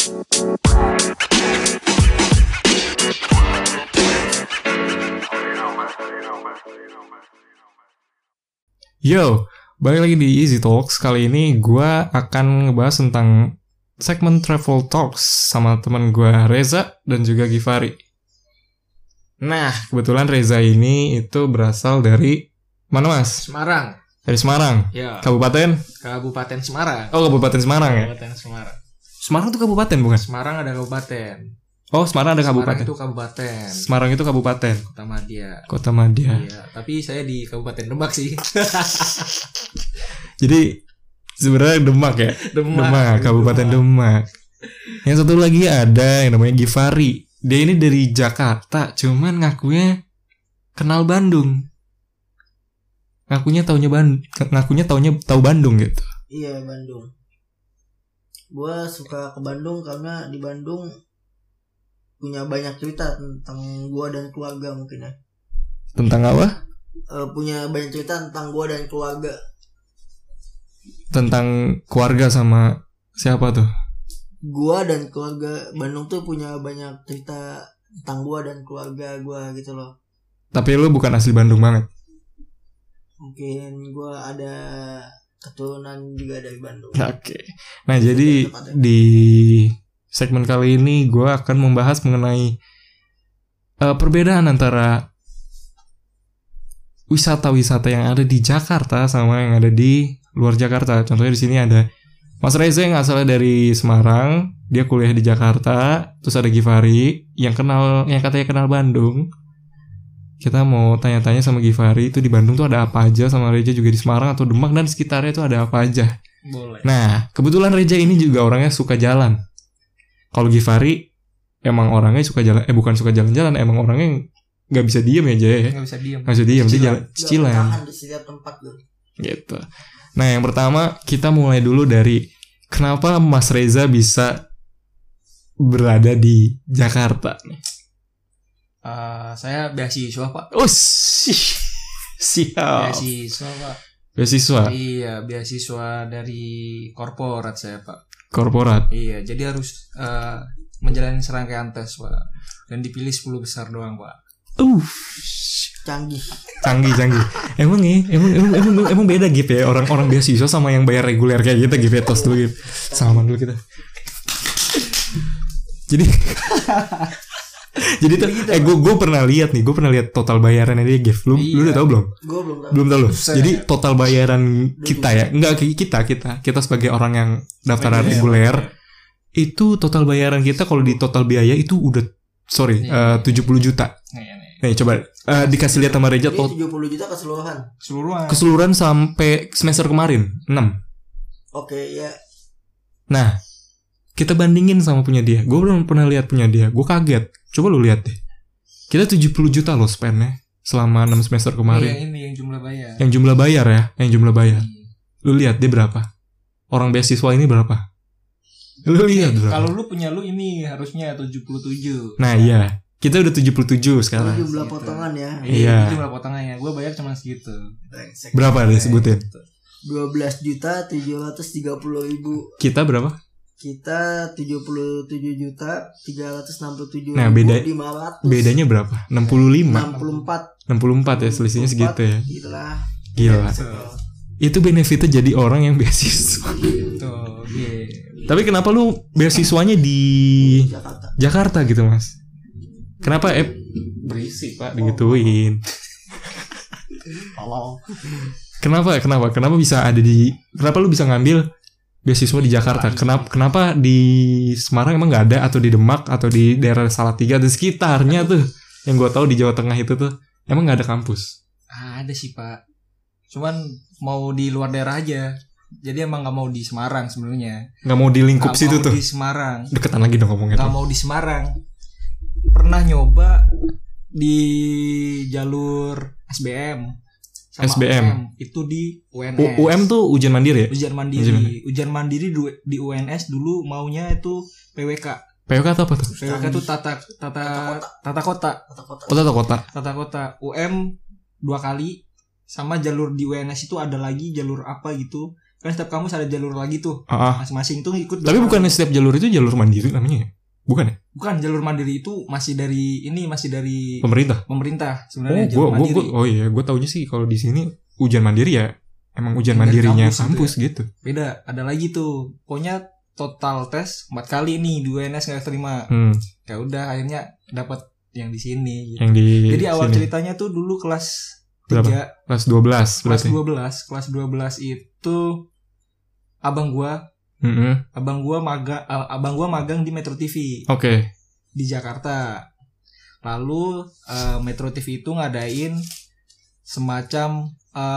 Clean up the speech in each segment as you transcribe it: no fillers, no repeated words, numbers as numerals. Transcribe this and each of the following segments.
Yo, balik lagi di Easy Talks. Kali ini gue akan ngebahas tentang segmen Travel Talks sama teman gue Reza dan juga Givari. Nah, kebetulan Reza ini itu berasal dari mana, Mas? Semarang. Dari Semarang? Ya. Kabupaten Semarang. Oh, Kabupaten Semarang ya? Kabupaten Semarang. Semarang itu kabupaten bukan? Semarang ada kabupaten. Oh, Semarang ada kabupaten. Semarang itu kabupaten. Semarang itu kabupaten. Kota Madia. Iya, tapi saya di Kabupaten Demak sih. Jadi sebenarnya Demak ya? Demak, Kabupaten Demak. Yang satu lagi ada yang namanya Givari. Dia ini dari Jakarta, cuman ngakunya kenal Bandung. Ngakunya tahu Bandung gitu. Iya, Bandung. Gua suka ke Bandung karena di Bandung punya banyak cerita tentang gua dan keluarga mungkin ya. Tentang apa? Punya banyak cerita tentang gua dan keluarga. Tentang keluarga sama siapa tuh? Gua dan keluarga Bandung tuh punya banyak cerita tentang gua dan keluarga gua gitu loh. Tapi lu bukan asli Bandung banget. Mungkin gua ada keturunan juga dari Bandung. Oke. Nah, jadi di segmen kali ini gue akan membahas mengenai perbedaan antara wisata-wisata yang ada di Jakarta sama yang ada di luar Jakarta. Contohnya di sini ada Mas Reza yang asalnya dari Semarang, dia kuliah di Jakarta. Terus ada Givari yang katanya kenal Bandung. Kita mau tanya-tanya sama Givari itu di Bandung tuh ada apa aja, sama Reza juga di Semarang atau Demak dan sekitarnya itu ada apa aja. Boleh. Nah, kebetulan Reza ini juga orangnya suka jalan. Kalau Givari emang orangnya suka jalan, bukan suka jalan-jalan, emang orangnya nggak bisa diem aja ya. Nggak bisa diem. Dia jalan cicilan. Tahan di setiap tempat gue. Gitu. Nah, yang pertama kita mulai dulu dari kenapa Mas Reza bisa berada di Jakarta nih. Saya beasiswa, Pak. Oh, siap. Beasiswa, Pak. Beasiswa. Iya, beasiswa dari korporat saya, Pak. Korporat. Iya, jadi harus menjalani serangkaian tes, Pak. Dan dipilih 10 besar doang, Pak. Canggih. Emang beda gitu ya orang beasiswa sama yang bayar reguler kayak gitu ya, tos dulu gitu. Salaman dulu kita. Jadi tuh gue pernah lihat total bayarannya dia Gif. Lu udah tahu belum? Gue belum tahu. Belum tahu lu. Jadi total bayaran kita ya, enggak kita sebagai orang yang daftaran reguler itu total bayaran kita kalau di total biaya itu udah 70 juta. Nih coba dikasih lihat sama Reja 70 juta keseluruhan. Keseluruhan sampai semester kemarin 6. Oke, ya. Nah, kita bandingin sama punya dia. Gue belum pernah lihat punya dia. Gue kaget. Coba lu lihat deh. Kita 70 juta loh spendnya selama 6 semester kemarin. Iya, ini yang jumlah bayar. Yang jumlah bayar. Lu lihat dia berapa? Orang beasiswa ini berapa? Lu lihat berapa? Kalau lu punya lu ini harusnya 77. Nah, iya. Kita udah 77 sekarang. Jumlah potongan ya. Iya. Jumlah potongannya. Gue bayar cuma segitu. Berapa deh sebutin? 12.730.000. Kita berapa? Kita 77.367.500. Nah, bedanya berapa? 65. 64 ya, selisihnya segitu ya. Gila. Itu benefitnya jadi orang yang beasiswa. Tuh, yeah. Tapi kenapa lu beasiswanya di Jakarta gitu, Mas? Kenapa berisik, Pak, digituin. Halo. Kenapa bisa ada kenapa lu bisa ngambil beasiswa di Jakarta? Kenapa di Semarang emang nggak ada, atau di Demak atau di daerah Salatiga dan sekitarnya tuh? Yang gue tahu di Jawa Tengah itu tuh emang nggak ada kampus. Ada sih, Pak. Cuman mau di luar daerah aja. Jadi emang nggak mau di Semarang sebenarnya. Nggak mau di lingkup situ tuh. Di Semarang. Deketan lagi dong ngomongnya. Nggak mau di Semarang. Pernah nyoba di jalur SBM. SBM itu di UNS. UM tuh ujian mandiri ya? Ujian mandiri di UNS dulu maunya itu PWK. PWK itu apa tuh? PWK itu tata kota. Tata kota. UM 2 kali, sama jalur di UNS itu ada lagi jalur apa gitu. kan setiap kampus ada jalur lagi tuh. Masing-masing tuh ikut. Tapi bukan setiap jalur itu jalur mandiri namanya ya? Bukan ya? Bukan, jalur mandiri itu masih dari pemerintah sebenarnya. Gue taunya sih kalau di sini ujian mandiri ya emang ujian mandirinya kampus gitu. Beda, ada lagi tuh. Pokoknya total tes 4 kali nih, 2 NS nggak terima. Ya udah akhirnya dapat yang di sini. Gitu. Jadi awal sini. ceritanya tuh dulu kelas 3. Kelas 12 berarti. Kelas 12 itu abang gua magang di Metro TV. Oke. Di Jakarta. Lalu Metro TV itu ngadain semacam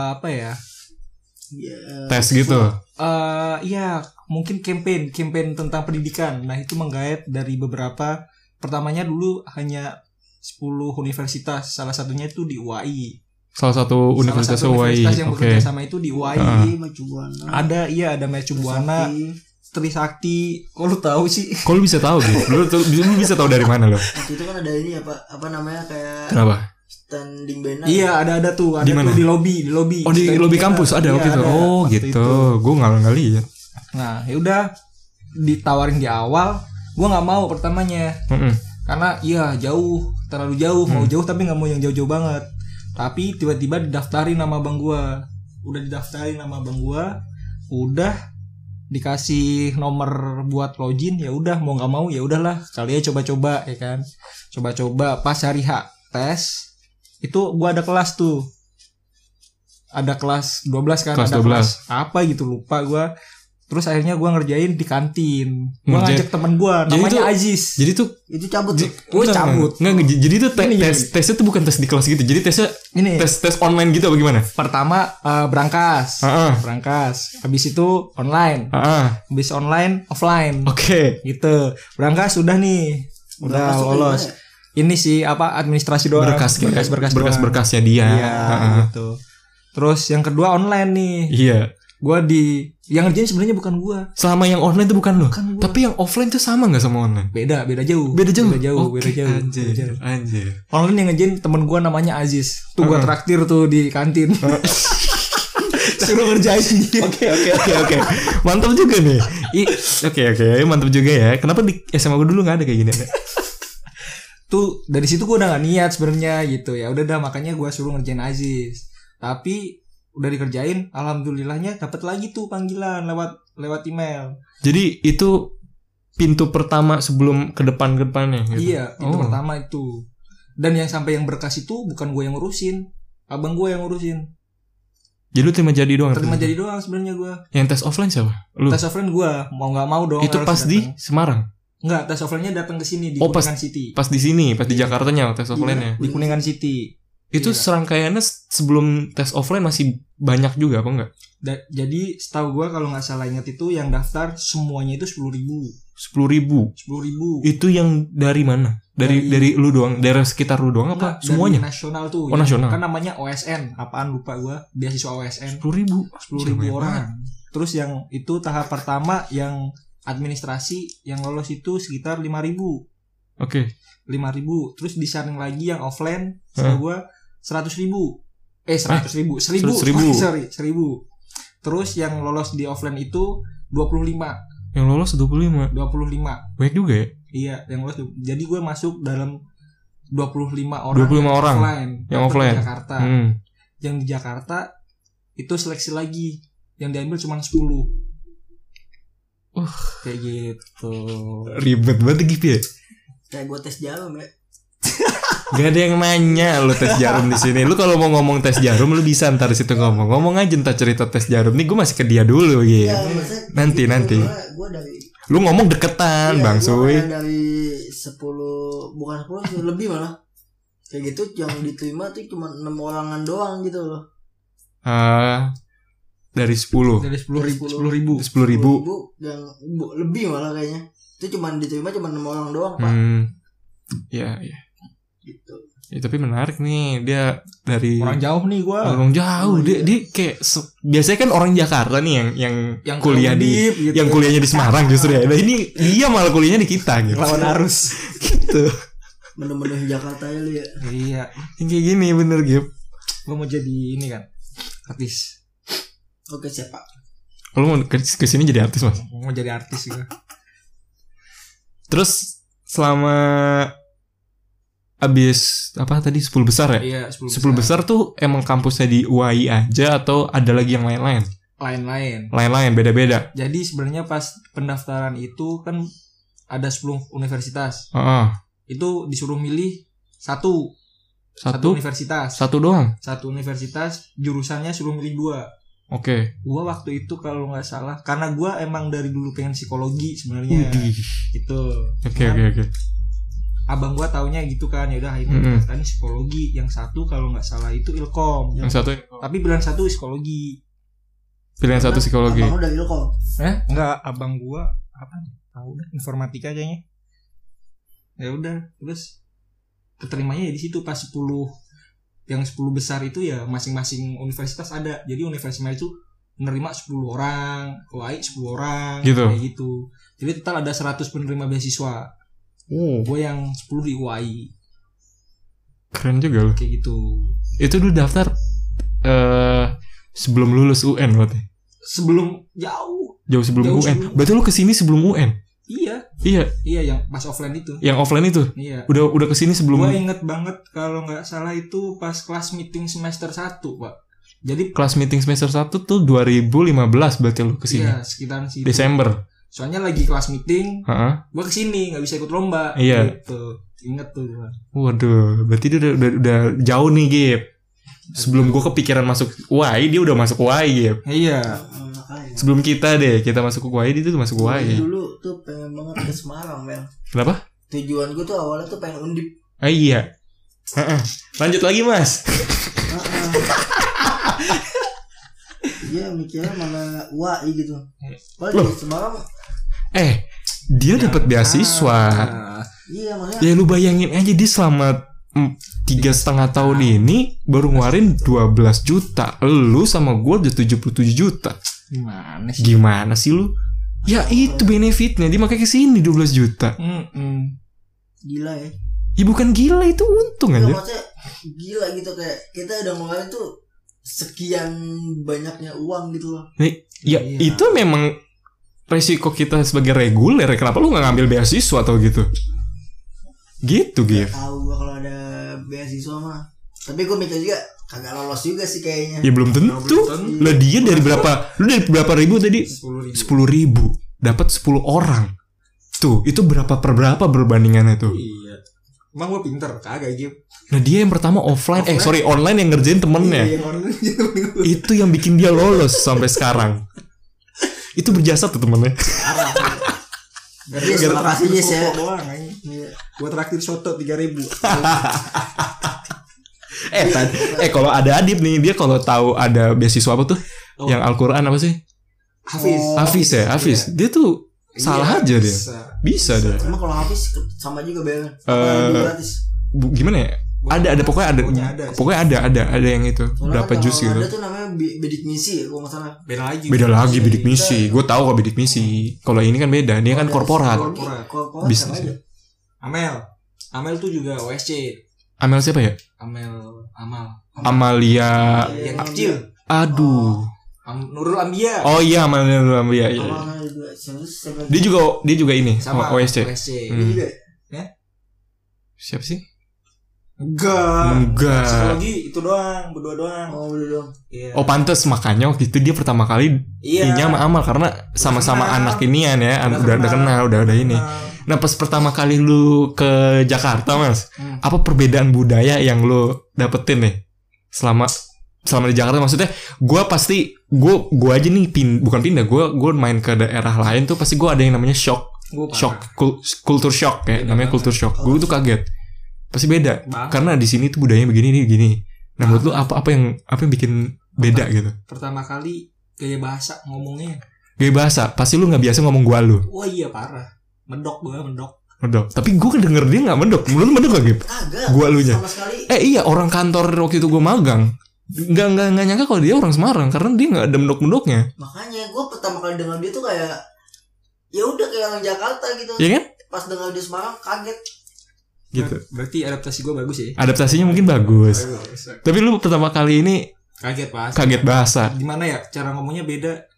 tes gitu. Iya, mungkin campaign tentang pendidikan. Nah, itu menggait dari beberapa, pertamanya dulu hanya 10 universitas, salah satunya itu di UAI. Salah satu universitas UAI. Yang bekerja sama itu di UAI. Ada Mercu Buana, Trisakti. Kok lu tahu sih? Kok lu bisa tahu gitu? Lu bisa tahu dari mana lo? Itu kan ada ini apa namanya kayak kenapa? Standing banner. Iya, ada tuh di lobi. Oh, di lobi kampus ada waktu itu. Oh, gitu. Gue nggak lihat. Nah, ya udah ditawarin di awal, gue nggak mau pertamanya. Karena jauh, terlalu jauh, mau jauh tapi nggak mau yang jauh-jauh banget. Tapi tiba-tiba didaftarin nama abang gua. Udah dikasih nomor buat login, ya udah mau nggak mau ya udahlah, kali aja coba-coba ya kan. Coba-coba pas hari tes itu gua ada kelas tuh. Ada kelas 12 kan, kelas ada 12. Kelas apa gitu lupa gua. Terus akhirnya gue ngerjain di kantin. Gue ngajak temen gue namanya Aziz. Jadi tuh itu cabut. Gue cabut. Nggak, jadi tuh tesnya tuh bukan tes di kelas gitu. Jadi tesnya ini tes online gitu apa gimana? Pertama Brankas. Habis itu online. Habis online offline. Oke. Gitu. Brankas udah nih. Udah lolos. Ini sih administrasi doang. Berkas-berkasnya dia. Iya gitu. Terus yang kedua online nih. Iya. Gue yang ngerjain sebenarnya bukan gue. Selama yang online itu bukan lo. Tapi yang offline tuh sama nggak sama online? Beda jauh. Anjir. Online yang ngerjain temen gue namanya Aziz. Tuh gue traktir tuh di kantin. Suruh ngerjain. Oke. Mantap juga nih. Oke. Mantap juga ya. Kenapa di SMA gue dulu nggak ada kayak gini? Tuh dari situ gue udah nggak niat sebenarnya gitu ya. Udah makanya gue suruh ngerjain Aziz. Tapi udah dikerjain, alhamdulillahnya dapat lagi tuh panggilan lewat email. Jadi itu pintu pertama sebelum ke depannya gitu. Iya, pintu pertama itu. Dan yang sampai yang berkas itu bukan gue yang ngurusin, abang gue yang ngurusin. Jadi lu terima jadi doang. Jadi doang sebenarnya gue. Yang tes offline siapa? Lu. Tes offline gue, mau nggak mau dong. Itu pas di Semarang. Enggak, tes offline-nya datang ke sini di Kuningan City. Pas di sini, pas di Jakartanya tes offline-nya. Di Kuningan City. Itu serangkaiannya sebelum tes offline masih banyak juga apa enggak? Jadi setahu gue kalau nggak salah ingat itu yang daftar semuanya itu 10.000. 10.000. Itu yang dari mana? Dari lu doang, daerah sekitar lu doang apa semuanya? Dari nasional tuh. Nasional. Kan namanya OSN, apaan lupa gue, beasiswa OSN. 10.000 orang. Terus yang itu tahap pertama yang administrasi yang lolos itu sekitar 5.000. Oke. 5.000. Terus disaring lagi yang offline setahu gue 100.000. 100.000. 1.000. Terus yang lolos di offline itu 25. Yang lolos 25. Banyak juga ya? Iya, yang lolos. Jadi gue masuk dalam 25 orang. Offline. Yang offline. Di Jakarta. Yang di Jakarta itu seleksi lagi. Yang diambil cuma 10. Kayak gitu. Ribet banget gitu ya. Kayak gue tes jarum ya. Gak ada yang nanya lo tes jarum di sini. Lu kalau mau ngomong tes jarum lu bisa ntar situ ngomong aja ntar cerita tes jarum. Nih gue masih ke dia dulu gitu. Ya, nanti. Gua dari, lu ngomong deketan Bang Suy. Dari 10 bukan 10 lebih malah. Kayak gitu yang diterima tuh cuma 6 orangan doang gitu loh. Dari 10. Dari 10.000. Yang lebih malah kayaknya. Itu cuma diterima cuma 6 orang doang, Pak. Iya. Gitu. Ya, tapi menarik nih, dia dari orang jauh nih gua. Orang jauh. Dia kayak biasanya kan orang Jakarta nih yang kuliah gitu. Yang kuliahnya di Semarang justru ya. Nah, ini dia malah kuliahnya di kita gitu. Lawan arus gitu. Menu-menu Jakarta ya lu ya. Iya. Yang kayak gini bener, Gip. Gua mau jadi ini kan artis. Oke, siapa? Lu mau ke sini jadi artis, Mas? Mau jadi artis gue. Terus selama abis apa tadi 10 besar ya? Iya, 10 besar tuh emang kampusnya di UAI aja atau ada lagi yang lain-lain? Lain-lain, beda-beda. Jadi sebenarnya pas pendaftaran itu kan ada 10 universitas. Itu disuruh milih satu universitas. Satu doang. Satu universitas, jurusannya suruh milih 2. Oke. Gua waktu itu kalau nggak salah, karena gua emang dari dulu pengen psikologi sebenarnya. Gitu. Oke. Abang gua taunya gitu kan, ya udah ini kan psikologi. Yang satu kalau nggak salah itu Ilkom. Yang satu. Tapi pilihan satu psikologi. Pilihan satu psikologi. Abang udah Ilkom. Enggak, abang gua apa? Tahu dah, informatika kayaknya. Ya udah, terus keterimanya ya di situ pas 10 yang 10 besar itu ya masing-masing universitas ada. Jadi universitas itu menerima 10 orang, UAI 10 orang, gitu. Kayak gitu. Jadi total ada 100 penerima beasiswa. Gue yang 10 di UAI. Keren juga loh. Kayak gitu. Itu dulu daftar sebelum lulus UN berarti. Jauh sebelum UN. Berarti lu kesini sebelum UN. Iya, yang pas offline itu. Yang offline itu. Iya. Udah kesini sebelum. Gue inget banget kalau nggak salah itu pas kelas meeting semester 1, Pak. Jadi kelas meeting semester 1 tuh 2015 berarti lu kesini. Iya, sekitaran situ. Desember. Soalnya lagi kelas meeting, gue kesini nggak bisa ikut lomba. Iya. Gitu. Ingat tuh. Waduh, berarti dia udah jauh nih, Gip. Sebelum gue kepikiran masuk UAI, dia udah masuk UAI, Gip. Iya. Sebelum kita masuk ke UAI, dia tuh masuk UAI. Dulu tuh pengen banget ke Semarang, Bang. Kenapa? Tujuan gue tuh awalnya tuh pengen undip. Iya. Lanjut lagi, Mas. Iya, mikirnya malah UAI gitu. Padahal di Semarang. Dia dapat beasiswa. Iya, maksudnya. Ya lu bayangin aja dia selama 3,5 tahun ini baru ngeluarin 12 juta. Lu sama gue udah 77 juta. Gimana sih lu? Ya itu benefitnya. Dia makanya kesini 12 juta. Gila ya. Ya bukan gila, itu untung aja. Maksudnya gila gitu, kayak kita udah ngeluarin tuh sekian banyaknya uang gitu loh. Ya itu memang resiko kita sebagai reguler. Kenapa lu gak ngambil beasiswa atau gitu? Gitu, Gif. Tahu gua kalau ada beasiswa mah. Tapi gue mikir juga kagak lolos juga sih kayaknya. Ya belum tentu. Lah dia dari berapa? Lu dari berapa ribu tadi? 10.000. Dapat 10 orang. Tuh, itu berapa per berapa berbandingannya tuh? Iya. Emang gue pinter? Kagak, Gif. Nah dia yang pertama online yang ngerjain temennya. Itu yang bikin dia lolos sampai sekarang. Itu berjasa tuh temennya. Terima kasih Jess ya. Gue traktir soto 3.000. Kalau ada Adib nih, dia kalau tahu ada beasiswa apa tuh? Yang Al-Quran apa sih? Hafiz. Dia tuh salah aja dia. Bisa dia. Emang kalau Hafiz sama juga bayar. Gratis. Gimana ya? Ada pokoknya ada yang itu. Berapa juz gitu. Ada tuh namanya bidik misi ya, kalau nggak salah. Beda lagi bidik misi. Gue tahu kok bidik misi. Kalau ini kan beda. Dia kan korporat. Bisnis. Amel tuh juga OSC. Amel siapa ya? Amalia. Yang kecil. Aduh. Nurul Ambia. Oh iya, Amalia Nurul Ambia. Iya. Dia juga ini. Sama OSC. Ya? Siapa sih? Enggak. Psikologi itu doang, berdua doang. Iya. Oh pantes, makanya waktu itu dia pertama kali inya sama Amal karena sama-sama anak inian ya, udah kenal, udah ini. Nah pas pertama kali lu ke Jakarta, Mas, apa perbedaan budaya yang lu dapetin nih selama di Jakarta? Maksudnya gue aja nih bukan pindah, gue main ke daerah lain tuh pasti gue ada yang namanya culture shock kayak namanya culture shock. Gue tuh kaget. Pasti beda. Karena di sini tuh budayanya begini. Nah, menurut lu apa yang bikin beda gitu? Pertama kali gaya bahasa ngomongnya. Gaya bahasa, pasti lu nggak biasa ngomong gua lu. Wah iya parah. Mendok. Tapi gua kan denger dia nggak mendok. Menurut lu mendok gak gitu? Gua lu nya. Iya, orang kantor waktu itu gua magang. Nggak nyangka kalau dia orang Semarang karena dia nggak ada mendok-mendoknya. Makanya gua pertama kali dengar dia tuh kayak ya udah kayak orang Jakarta gitu. Iya kan? Pas dengar dia Semarang kaget. Gitu. Berarti adaptasi gue bagus ya? Adaptasinya mungkin bagus. Tapi lu pertama kali ini kaget bahasa. Gimana ya? Cara ngomongnya beda.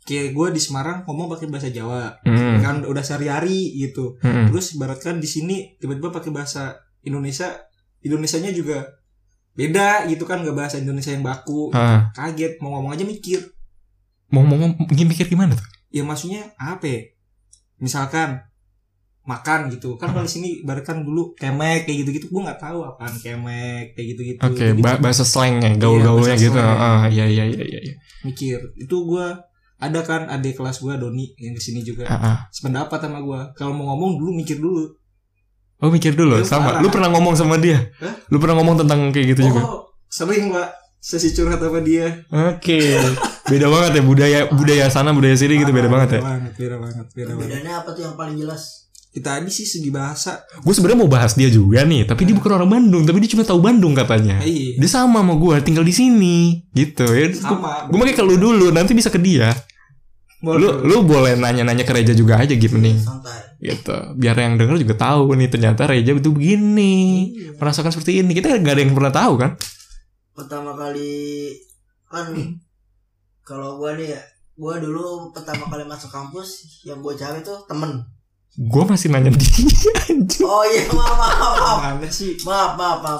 kayak gue di Semarang ngomong pakai bahasa Jawa, kan udah sehari-hari gitu. Terus ibaratkan di sini tiba-tiba pakai bahasa Indonesianya juga beda gitu kan, nggak bahasa Indonesia yang baku. Kaget, mau ngomong aja mikir. Mau ngomong mikir gimana tuh? Ya maksudnya apa ya? Misalkan makan gitu kan, kalau di sini ibaratkan dulu kemek kayak gitu-gitu, gue nggak tahu apaan kemek kayak gitu-gitu. Oke, bahasa slangnya, gaul-gaulnya gitu. Iya. Mikir itu gue ada kan adik kelas gue Doni yang kesini juga sependapat sama gue, kalau mau ngomong dulu mikir dulu. Oh, mikir dulu. Sama. Lu pernah ngomong sama dia? Lu pernah ngomong tentang kayak gitu juga? Sering Pak, sesi curhat sama dia. Oke. Beda banget ya budaya sana budaya sini gitu, beda banget ya. Beda banget. Bedanya apa tuh yang paling jelas? Kita tadi sih segi bahasa. Gue sebenarnya mau bahas dia juga nih, tapi dia bukan orang Bandung, tapi dia cuma tahu Bandung katanya. Dia sama gue, tinggal di sini, gitu ya. Gue makanya ke lu dulu, nanti bisa ke dia. Lu boleh nanya-nanya ke Reja juga aja gitu nih. Gitu. Biar yang denger juga tahu nih, ternyata Reja itu begini, merasakan seperti ini. Kita nggak ada yang pernah tahu kan? Pertama kali kan, kalau gue nih ya, gue dulu pertama kali masuk kampus yang gue cari tuh temen. Gue masih nanya dia. Oh iya, maaf. Mana sih? Maaf.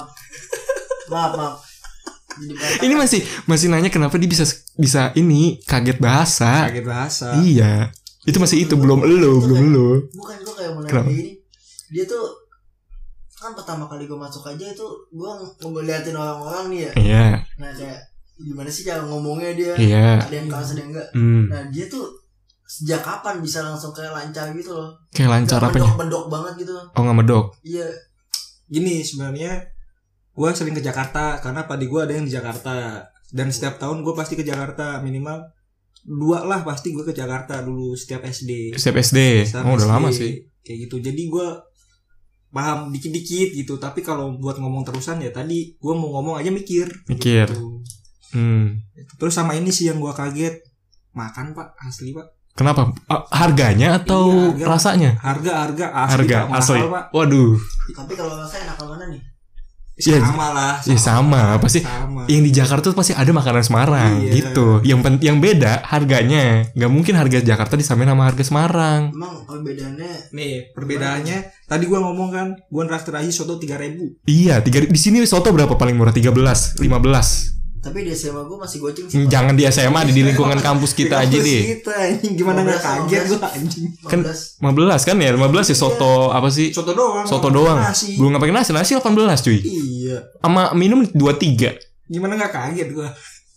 Ini masih nanya kenapa dia bisa ini kaget bahasa. Iya. Itu masih itu belum lu. Bukan, gue kayak mau nanya ini. Dia tuh kan pertama kali gue masuk aja itu gue ngeliatin orang-orang nih ya. Iya. Nah kayak gimana sih cara ngomongnya dia? Iya. Ada yang keras ada yang enggak. Nah dia tuh sejak kapan bisa langsung kayak lancar gitu loh? Kayak lancar apanya? Medok banget gitu. Oh, nggak medok? Iya. Gini sebenarnya gue sering ke Jakarta karena padi gue ada yang di Jakarta, dan setiap tahun gue pasti ke Jakarta, minimal 2 lah pasti gue ke Jakarta dulu setiap SD. Udah lama sih. Kayak gitu. Jadi gue paham dikit-dikit gitu. Tapi kalau buat ngomong terusan ya tadi gue mau ngomong aja mikir. Gitu. Terus sama ini sih yang gue kaget, makan Pak, asli Pak. Kenapa? Harganya atau rasanya? Harga asli mahal, Pak. Waduh. Tapi kalau rasa enak mana nih? Sama lah. Sama. Pasti yang di Jakarta tuh pasti ada makanan Semarang gitu. Yang beda harganya. Gak mungkin harga Jakarta disamain sama harga Semarang. Emang perbedaannya? Nih, perbedaannya tadi gua ngomong kan, gua nraktir aja soto 3.000. Iya, 3.000. Di sini soto berapa paling murah? 13, 15. Tapi di SMA gue masih goceng sih. Jangan di SMA, di lingkungan kampus kita aja deh. Gimana gak kaget gue anjing. Kan 15 kan ya, 15 ya soto apa sih? Soto doang. Belum gak pakai nasi 18 cuy. Iya. Sama minum 23. Gimana gak kaget gue?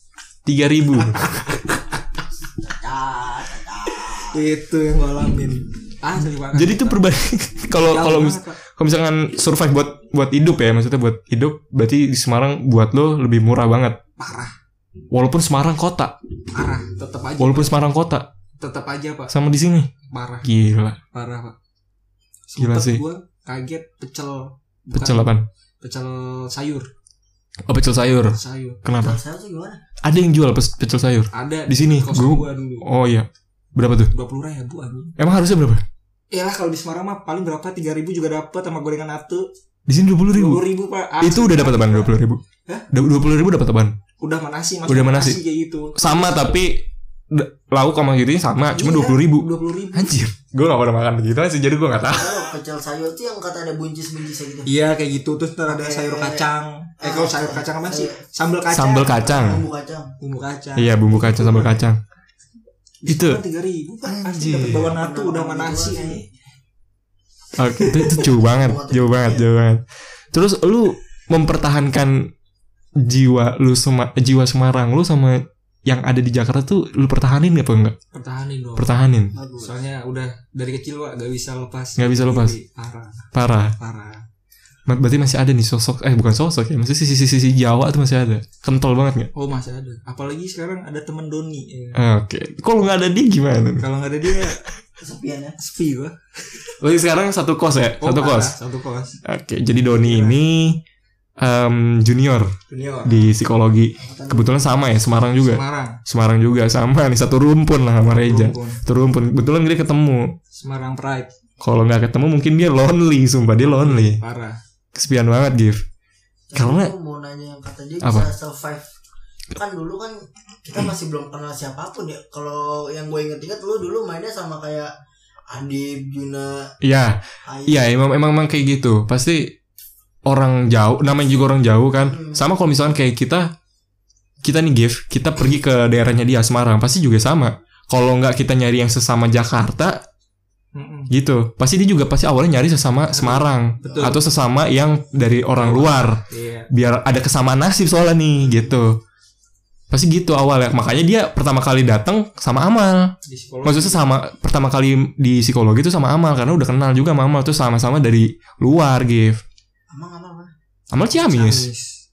3.000. Itu yang gue alamin. Jadi itu kalau misalkan survive buat hidup ya, maksudnya buat hidup berarti di Semarang buat lo lebih murah banget. Parah. Walaupun Semarang kota. Parah, tetap aja. Walaupun Semarang kota. Tetap aja, Pak. Sama di sini. Parah. Gila. Parah, Pak. Gila sih. Gue kaget pecel. Pecel apaan? Pecel sayur. Oh, pecel sayur. Kenapa? Pecel sayur tuh gimana? Ada yang jual pecel sayur. Ada di sini. Gua dulu. Oh iya. Berapa tuh? 20.000 anjing. Emang harusnya berapa? Iyalah kalau di Semarang mah paling berapa, 3.000 juga dapat sama gorengan atu. Di sini 20.000. 20.000 Pak. Itu udah dapat apaan 20.000? Hah? 20.000 dapat apaan? Udah manasi, udah manasi kayak gitu. Sama tapi lauk sama gitu sama, cuma 20.000. Anjir. Gue gak pernah makan begitu sih, jadi gue gak tahu. Pecel sayur tuh yang kata ada buncis-buncisnya gitu. Iya kayak gitu, terus ntar ada sayur kacang. Kalau sayur kacang apa sih? Sambal kacang. Sambal kacang. Bumbu kacang. Iya, bumbu kacang, sambal kacang. Itu 3.000 Pak. Anjir. Dapat bawaan atu udah manasi. Oke, itu jauh banget. Terus lu mempertahankan jiwa Semarang lu sama yang ada di Jakarta tuh lu pertahanin apa enggak? Pertahanin dong. Pertahanin. Soalnya udah dari kecil Pak gak bisa lepas. Parah. Berarti masih ada nih sosok, bukan sosok ya, maksudnya sisi Jawa tuh masih ada. Kental banget gak? Oh masih ada. Apalagi sekarang ada temen Doni ya. Oke. Kalau gak ada dia gimana? Kalau gak ada dia kesepian ya. Sepi gua. Berarti sekarang satu kos ya? Satu kos. Oke, jadi Doni ini junior di psikologi. Kebetulan sama ya, Semarang juga sama nih, satu rumpun lah sama Reja. Satu rumpun. Kebetulan dia ketemu. Semarang Pride. Kalau nggak ketemu mungkin dia lonely, sumpah dia lonely. Parah. Kesepian banget, Gif. Karena mau nanya yang kata dia bisa survive kan dulu kan kita masih belum kenal siapapun ya. Kalau yang gue inget-inget lu dulu mainnya sama kayak Adib, Juna, Iya. Ais. Iya, emang kayak gitu. Pasti orang jauh, namanya juga orang jauh kan. Sama kalau misalkan kayak kita nih Gif, kita pergi ke daerahnya dia Semarang, pasti juga sama. Kalau nggak kita nyari yang sesama Jakarta gitu, pasti dia juga pasti awalnya nyari sesama Semarang. Betul. Atau sesama yang dari orang luar. Iya. Biar ada kesamaan nasib soalnya nih gitu. Pasti gitu awalnya. Makanya dia pertama kali datang sama Amal. Di psikologi. Maksudnya sama pertama kali di psikologi itu sama Amal karena udah kenal juga sama Amal tuh sama-sama dari luar, Gif. Emang apa? Amal Ciamis.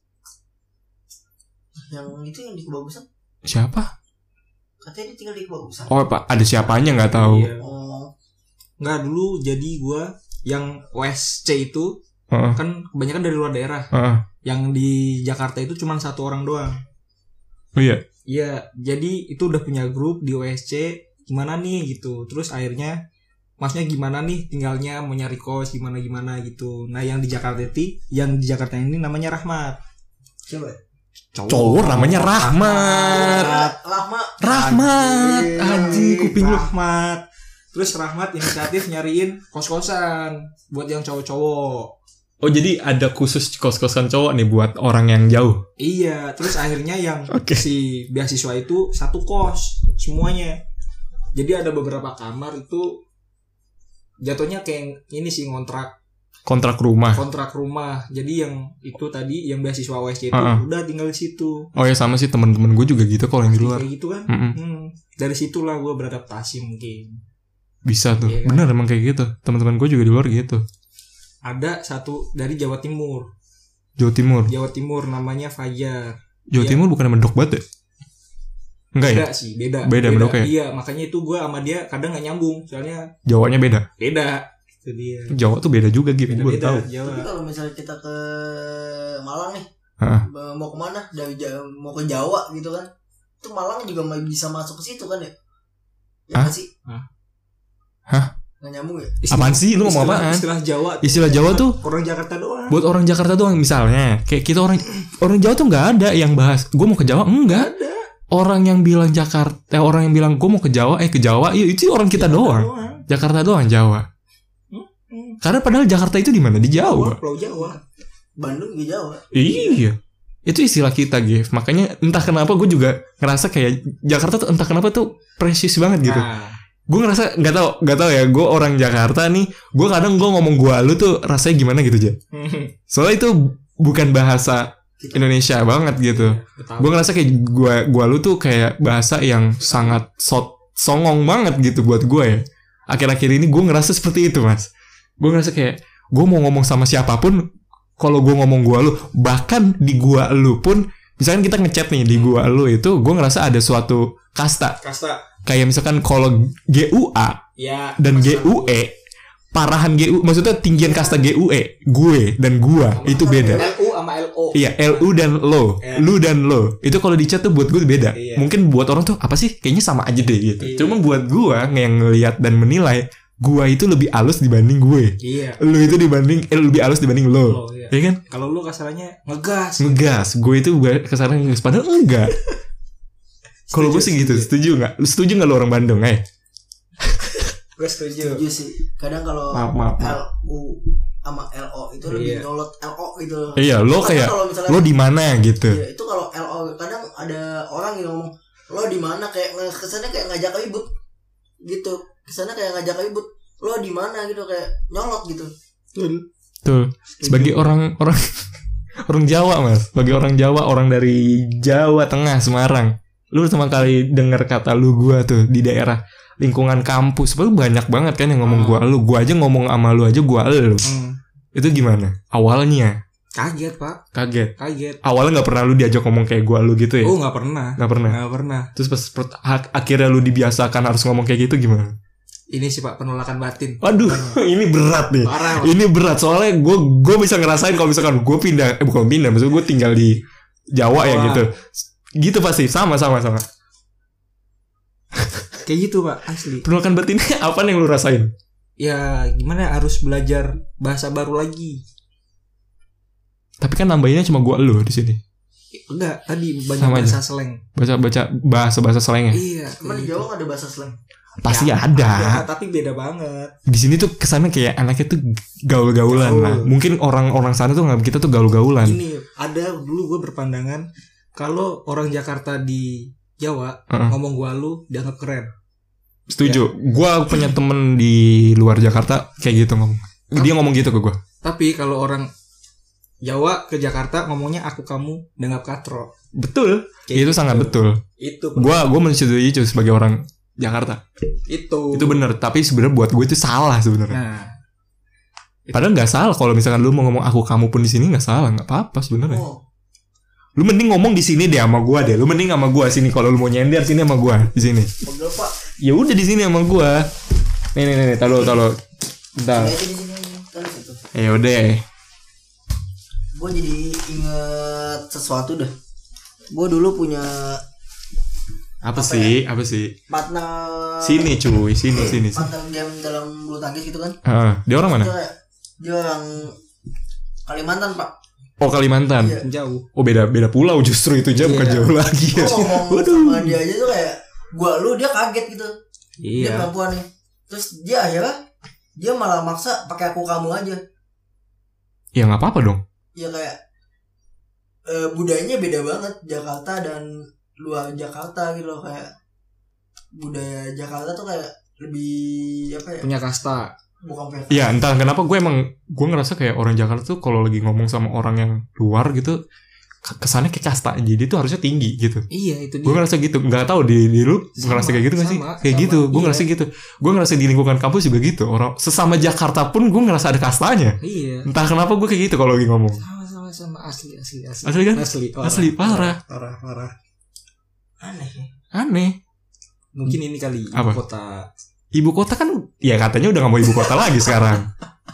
Yang itu yang di Kebagusan. Siapa? Katanya dia tinggal di Kebagusan. Oh, Pak, ada siapanya nggak tahu. Iya. Oh, Nggak, dulu jadi gue yang OSC itu Heeh. kan kebanyakan dari luar daerah. Heeh. Yang di Jakarta itu cuma 1 orang doang. Oh iya. Iya, jadi itu udah punya grup di OSC, gimana nih gitu. Terus akhirnya maksudnya gimana nih tinggalnya, mau nyari kos gimana gitu. Nah, yang di Jakarta ini namanya Rahmat. coba. Cowok namanya Rahmat. Lama. Rahmat. Anjing kuping lu. Rahmat. Terus Rahmat inisiatif nyariin kos-kosan buat yang cowok-cowok. Oh, jadi ada khusus kos-kosan cowok nih buat orang yang jauh. Iya, terus akhirnya yang Oke. si beasiswa itu 1 kos semuanya. Jadi ada beberapa kamar itu jatuhnya kayak ini sih Kontrak rumah. kontrak rumah. Jadi yang itu tadi yang beasiswa OSC itu Uh-uh. udah tinggal di situ. Oh ya sama sih teman-teman gue juga gitu kalau yang di luar. Kayak gitu kan. Mm-mm. Dari situlah gue beradaptasi mungkin. Bisa tuh. Iya kan? Bener emang kayak gitu. Teman-teman gue juga di luar gitu. Ada satu dari Jawa Timur. Jawa Timur Namanya Fajar. Iya. Timur bukan mendok banget ya? Enggak ya? Beda sih, beda. Beda Mendoknya. Iya, makanya itu gue sama dia kadang nggak nyambung. Soalnya Jawanya beda. beda. Itu dia. Jawa tuh beda juga gitu. Gue Beda-beda tahu. Jawa. Tapi kalau misalnya kita ke Malang nih, Heeh. mau kemana? Mau ke Jawa gitu kan? Itu Malang juga bisa masuk ke situ kan ya? Ya Hah? nggak sih? Hah? Nggak nyambung ya? Apaan sih? Lu mau apaan? Istilah Jawa. Istilah Jawa tuh orang Jakarta doang. buat orang Jakarta doang misalnya. Kayak kita orang Jawa tuh nggak ada yang bahas gue mau ke Jawa, enggak. Ada. Orang yang bilang Jakarta, orang yang bilang gue mau ke Jawa, ke Jawa, iya itu orang kita doang. Jakarta doang Jawa. Karena padahal Jakarta itu di mana? Di Jawa. Pulau Jawa. Bandung juga Jawa. Iya. Itu istilah kita, Gif. Makanya entah kenapa gue juga ngerasa kayak Jakarta tuh entah kenapa tuh precious banget gitu. Nah, Gue ngerasa nggak tahu ya. Gue orang Jakarta nih. Gue kadang gue ngomong gua lu tuh rasanya gimana gitu aja. Soalnya itu bukan bahasa Indonesia banget gitu. Gue ngerasa kayak gua lu tuh kayak bahasa yang sangat songong banget gitu buat gue ya. Akhir-akhir ini gue ngerasa seperti itu, Mas. Gue ngerasa kayak gue mau ngomong sama siapapun, kalau gue ngomong gua lu, bahkan di gua lu pun, misalkan kita ngechat nih di gua lu itu, gue ngerasa ada suatu kasta. Kayak misalkan kalau GUA ya, dan GUE, parahan GU, maksudnya tinggian kasta GUE, gue dan gua itu beda. LU sama LO. Iya, LU dan lo, lu dan lo. Itu kalau di chat tuh buat gue beda. Iya. Mungkin buat orang tuh apa sih? Kayaknya sama aja deh gitu. Iya. Cuma buat gua yang ngelihat dan menilai, gua itu lebih halus dibanding gue. Iya. Lu itu lebih halus dibanding lo. Lo, iya. Iya kan? Kalau lu kasarannya ngegas. Ngegas. Gue itu kesana ngegas padahal enggak. Kalau gue sih gitu, setuju nggak? Lu setuju nggak lo orang Bandung? Gue setuju. Setuju sih. Kadang kalau Maaf. LU sama LO itu lebih nyolot LO gitu. Iya, lo Kadang kayak kalau misalnya- lo di mana gitu. Iya, itu kalau LO kadang ada orang yang ngomong lo di mana, kayak kesannya kayak ngajak ribut gitu. Kesannya kayak ngajak ribut. Lo di mana gitu, kayak nyolot gitu. Tuh, sebagai orang Jawa, Mas. Sebagai orang Jawa, orang dari Jawa Tengah, Semarang. Lu pertama kali denger kata lu gua tuh di daerah lingkungan kampus, banyak banget kan yang ngomong gua lu. Gua aja ngomong sama lu aja gua lu. Itu gimana? Awalnya Kaget, Pak. kaget. Awalnya Awalnya nggak pernah lu diajak ngomong kayak gua lu gitu ya? Oh, nggak pernah. Nggak pernah. Terus pas akhirnya lu dibiasakan harus ngomong kayak gitu gimana? Ini sih, Pak, penolakan batin. Waduh, ini berat nih. Parah, Pak. Ini berat soalnya gue bisa ngerasain kalau misalkan gue pindah, bukan pindah, maksudnya gue tinggal di Jawa ya gitu. Gitu pasti sama. Kayak gitu, Pak, asli. Penolakan batin apa yang lu rasain? Ya, gimana harus belajar bahasa baru lagi. Tapi kan nambahinnya cuma gue lu di sini. Enggak, tadi banyak Sama bahasa slang. Bahasa slangnya. Iya. Cuma di Jawa nggak ada bahasa slang. Pasti Ya, ada. tapi beda banget. Di sini tuh kesannya kayak anaknya tuh gaul-gaulan Gaul. lah. Mungkin orang-orang sana tuh nggak kita tuh gaul-gaulan. Ini ada dulu gue berpandangan kalau orang Jakarta di Jawa ngomong gua lu dianggap keren. Setuju. Gua punya temen di luar Jakarta kayak gitu ngomong. Dia ngomong gitu ke gua. Tapi kalau orang Jawa ke Jakarta ngomongnya aku kamu dianggap katro. Betul. Kayak Itu gitu. sangat betul. Itu Gua menyetujui itu sebagai orang Jakarta. itu Itu bener. Tapi sebenarnya buat gue itu salah sebenarnya. Nah, Padahal nggak salah kalau misalkan lu mau ngomong aku kamu pun di sini nggak salah, nggak apa-apa sebenarnya. Oh, Lu mending ngomong di sini deh sama gua deh. Lu mending sama gua sini kalau lu mau nyender sini sama gua di sini. pegel Pak. Ya udah di sini sama gua. Nih, taruh. Bentar. Ya, itu di sini kan situ. Ya udah. Gue jadi inget sesuatu dah. Gue dulu punya Apa sih? partner Sini cuy, sini. partner game dalam bulu tangkis gitu kan. Dia orang mana? Dia orang Kalimantan Pak. Oh, Kalimantan. Iya. jauh. Oh, beda pulau justru itu aja bukan Iya. jauh lagi Gue ya. ngomong sama dia aja tuh kayak gua lu, dia kaget gitu. Dia Iya. perempuan nih. Terus dia akhirnya dia malah maksa pakai aku kamu aja. Ya nggak apa-apa dong. Ya kayak budayanya beda banget Jakarta dan luar Jakarta gitu loh. Kayak budaya Jakarta tuh kayak lebih apa ya, Punya kasta. bukan kayak Ya entah kenapa gue ngerasa kayak orang Jakarta tuh kalau lagi ngomong sama orang yang luar gitu kesannya kayak kasta, jadi tuh harusnya tinggi gitu. Iya, itu Gue dia. ngerasa gitu, nggak tahu di lu ngerasa kayak gitu nggak sih? Kayak sama, gitu, gue iya. ngerasa gitu. Gue ngerasa di lingkungan kampus juga gitu. Orang sesama Jakarta pun gue ngerasa ada kastanya. Iya. Entah kenapa gue kayak gitu kalau lagi ngomong. Sama asli. Asli kan? Asli, parah. Parah. aneh ya. Aneh. Mungkin ini kali ibu Apa? kota. Ibu kota kan, ya katanya udah nggak mau ibu kota lagi sekarang.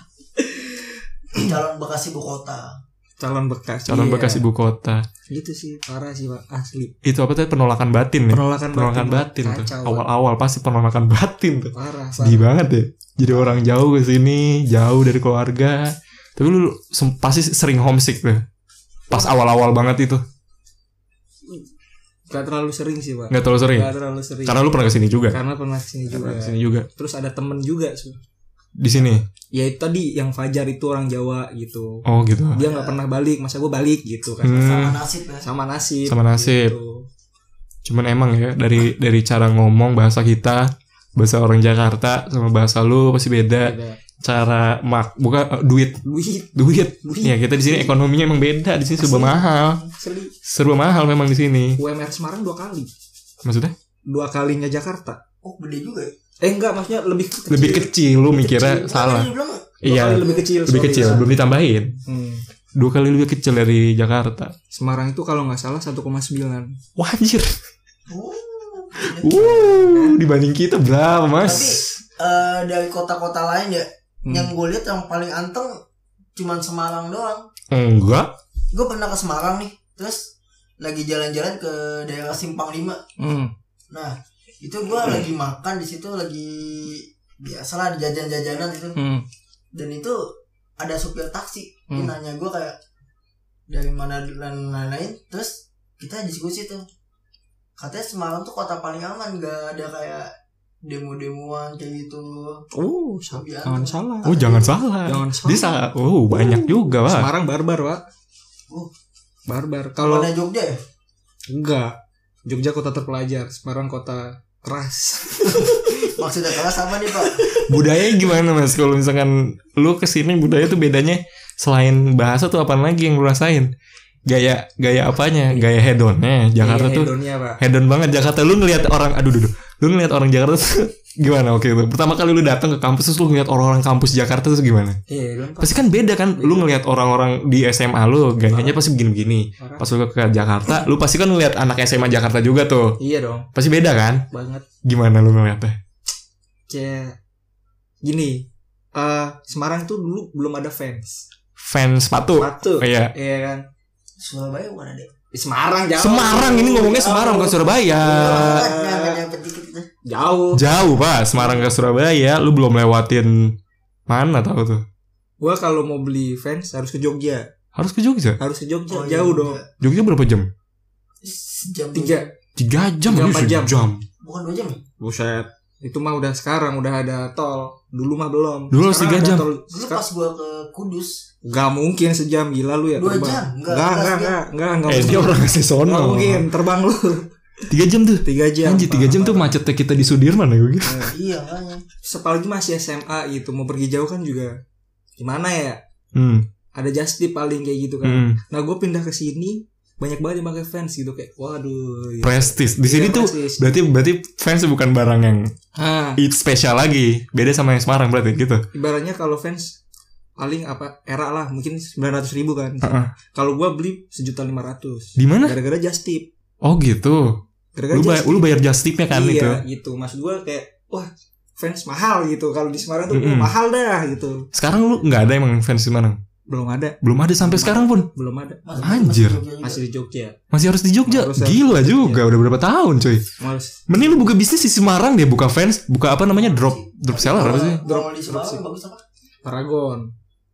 Calon bekas ibu kota. Calon bekas. Calon Iya. bekas ibu kota. Gitu sih, parah sih Pak, asli. Itu apa tuh, penolakan batin ya? Penolakan batin tuh. Kacau, Awal-awal pasti penolakan batin tuh. Parah. Sedih banget ya. Jadi orang jauh ke sini, jauh dari keluarga. Tapi lu pasti sering homesick tuh. Pas awal-awal banget itu. Gak terlalu sering sih Pak. Nggak terlalu sering. Gak terlalu sering. Karena lu pernah kesini juga. Karena pernah kesini juga. Pernah kesini juga. Terus ada temen juga Di sini. ya itu tadi yang Fajar itu orang Jawa gitu. Oh gitu. Dia nggak pernah balik, masa gue balik gitu kan. Sama nasib ya. Sama nasib. Sama nasib. Gitu. Cuman emang ya dari cara ngomong bahasa kita, bahasa orang Jakarta sama bahasa lu pasti beda. Beda. Cara duit. Ya kita di sini ekonominya emang beda. Di sini serba mahal. Asli. Serba mahal memang di sini. UMR Semarang 2 kali. Maksudnya? 2 kalinya Jakarta. Oh gede juga ya. Enggak, maksudnya lebih kecil. Lebih kecil, lu mikirnya kecil. salah. Tadi dibilang, Iya, Dua kali lebih kecil. lebih sorry. kecil, belum ditambahin. 2 kali lebih kecil dari Jakarta. Semarang itu kalau nggak salah 1,9. Wah anjir. gede. Dibanding kita berapa mas? Tapi dari kota-kota lain ya, yang gue lihat yang paling anteng cuman Semarang doang. Enggak. Gue pernah ke Semarang nih, terus lagi jalan-jalan ke daerah Simpang 5. Nah, itu gue lagi makan di situ, lagi biasalah jajan-jajanan itu. Dan itu ada supir taksi, dia nanya gue kayak dari mana dan lain-lain. Terus kita diskusi tuh, katanya Semarang tuh kota paling aman, gak ada kayak demo-demoan kayak gitu. Oh, Lebih jangan aman. salah. Oh jangan salah. Jangan salah. Dia salah. Oh banyak juga pak. Semarang barbar, Pak. Barbar. Kalau Kalau Jogja ya? enggak, Jogja kota terpelajar, Semarang kota keras. Maksudnya keras apa nih Pak? Budayanya gimana mas? Kalau misalkan lu kesini budaya tuh bedanya selain bahasa tuh apa lagi yang lu rasain? Gaya apanya? Gaya hedonnya. Jakarta Iya, tuh hedonnya, Pak. hedon banget Jakarta. Lu ngelihat orang lu ngelihat orang Jakarta tuh gimana waktu itu? Pertama kali lu datang ke kampus terus lu ngelihat orang-orang kampus Jakarta tuh gimana? Iya, hedon, Pak. Pasti kan beda kan. Lu ngelihat orang-orang di SMA lu gayanya pasti begini-begini. Pas lu ke Jakarta, lu pasti kan ngelihat anak SMA Jakarta juga tuh. Iya dong, Pasti beda kan? banget. Gimana lu ngeliatnya? Gini, Semarang tuh dulu belum ada fans. Fans sepatu. Sepatu. Iya. Iya kan? Surabaya bukan ada. Di Semarang jauh. Semarang ini ngomongnya Semarang bukan Surabaya. Nyampe dikit itu. Jauh. Jauh pak, Semarang ke Surabaya. Lu belum lewatin mana tahu tuh? Gua kalau mau beli fans harus ke Jogja. Harus ke Jogja. Jauh dong. Jogja berapa jam? Sejam. 3 jam. 4 jam. Bukan 2 jam ya? Buset. Itu mah udah sekarang udah ada tol. Dulu mah belum. Dulu 3 jam. Dulu pas gua ke Kudus. Gak mungkin sejam, gila lu ya. 2 jam. Enggak. Dia orang asli sono. Gak mungkin terbang lu. 3 jam tuh. 3 jam. Anjir 3 jam tuh macetnya kita di Sudirman ya gitu. Iya makanya. Apalagi masih SMA gitu, mau pergi jauh kan juga gimana ya? Ada just tip paling kayak gitu kan. Nah gue pindah ke sini banyak banget yang pakai Vans gitu kayak waduh. Prestis. Di sini tuh berarti Vans bukan barang yang spesial lagi. Beda sama yang Semarang berarti gitu. Ibaratnya kalau Vans paling era lah mungkin 900.000 kan. Kalau gue beli 1.500.000. Di mana? Gara-gara just tip. Oh gitu. Lu bayar just tipnya kan itu. Iya gitu. Maksud gue kayak wah Vans mahal gitu. Kalau di Semarang tuh mahal dah gitu. Sekarang lu nggak ada emang Vans di Semarang? Belum ada sampai sekarang pun. Belum ada. Anjir. Masih di Jogja. Masih harus di Jogja. Gila juga. Udah berapa tahun coy. Mending lu buka bisnis di Semarang deh. Buka Vans. Buka apa namanya drop seller apa sih? Drop di Semarang bagus apa? Paragon.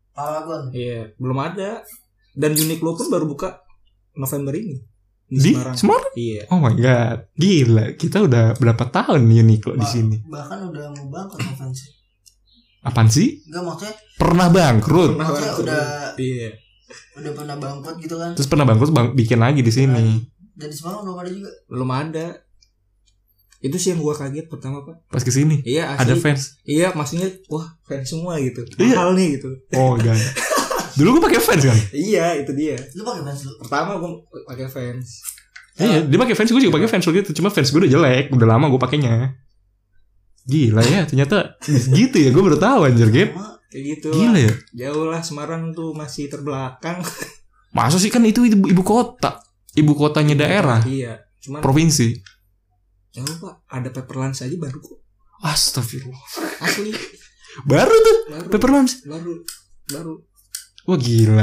Iya belum ada. Dan Uniqlo pun baru buka November ini. Di Semarang? Iya. Oh my god. Gila. Kita udah berapa tahun Uniqlo di sini. Bahkan udah mau bangkrut Vans. Apaan sih? Enggak maksudnya pernah bangkrut. Maksudnya udah iya. Udah pernah bangkrut gitu kan. Terus pernah bangkrut bikin lagi di sini. Dan di Semarang belum ada juga. Belum ada. Itu sih yang gua kaget pertama Pak. Pas kesini. Iya asli. Ada fans. Iya maksudnya wah fans semua gitu. Iya. Mahal nih gitu. Oh enggak. Dulu gua pakai fans kan? Iya itu dia. Lu pakai fans lu? Pertama gua pakai fans. Iya dia pakai fans, gua juga pakai fans gitu. Cuma fans gua udah jelek. Udah lama gua pakainya. Gila ya ternyata gitu ya. Gua baru tahu anjir Gap. Kayak gitu. Gila ya. Jauh lah Semarang tuh masih terbelakang. Masa sih kan itu ibu kota. Ibu kotanya daerah. Iya. Cuman provinsi. Jauh Pak. Ada Pepperlands aja baru kok. Astagfirullah. Asli. Baru tuh. Pepperlands. Baru. Wah gila.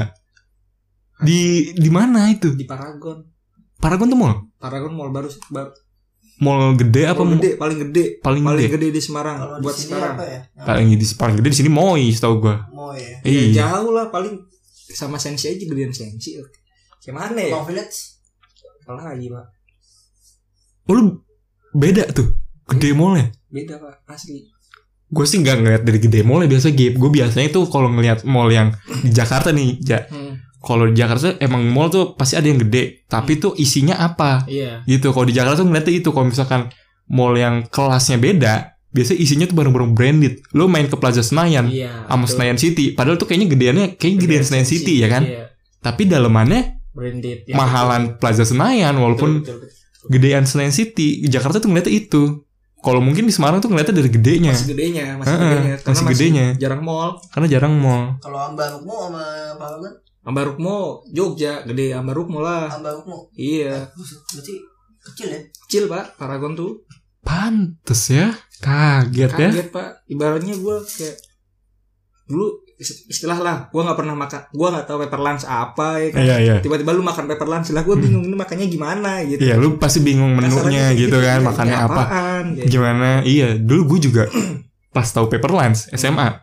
Di mana itu? Di Paragon. Paragon tuh mall? Paragon mall baru. Mall gede apa? Paling gede di Semarang. Kalo buat di sini sekarang. apa ya? Paling gede di sini Moi, setahu gua. Moi ya. Iya. Jauh lah paling sama Sensi aja gedean Sensi. Gimana ya? Long Village. Apa lagi Pak? Oh, lu beda tuh gede mallnya. Beda Pak asli. Gue sih nggak ngeliat dari gede mallnya biasa Gap. Gue biasanya tuh kalau ngeliat mall yang di Jakarta nih, kalau di Jakarta emang mall tuh pasti ada yang gede, tapi tuh isinya apa? Iya. Gitu. Kalau di Jakarta tuh ngeliatnya itu. Kalau misalkan mall yang kelasnya beda, biasanya isinya tuh barang-barang branded. Lo main ke Plaza Senayan, sama Senayan City, padahal tuh kayaknya gedean Senayan City ya kan? Iya. Tapi dalemannya branded. Mahalan Plaza Senayan, walaupun betul. Gedean Senayan City. Jakarta tuh ngeliatnya itu. Kalau mungkin di Semarang tuh ngeliatnya dari gedenya. Masih gedenya. Jarang mall. Karena jarang mall. Kalau Ambarukmo sama Paragon? Ambarukmo Jogja, gede Ambarukmo lah. Ambarukmo. Iya. Berarti kecil ya? Kecil Pak, Paragon tuh. Pantes ya. Kaget ya. Kaget Pak. Ibaratnya gue kayak dulu istilah lah, gue nggak pernah makan, gue nggak tahu Pepperlands apa ya kan. Iya. Tiba-tiba lu makan Pepperlands lah, gue bingung ini makannya gimana gitu. Iya, lu pasti bingung menunya gitu kan, makannya apa, gimana. Iya, dulu gue juga pas tahu Pepperlands SMA,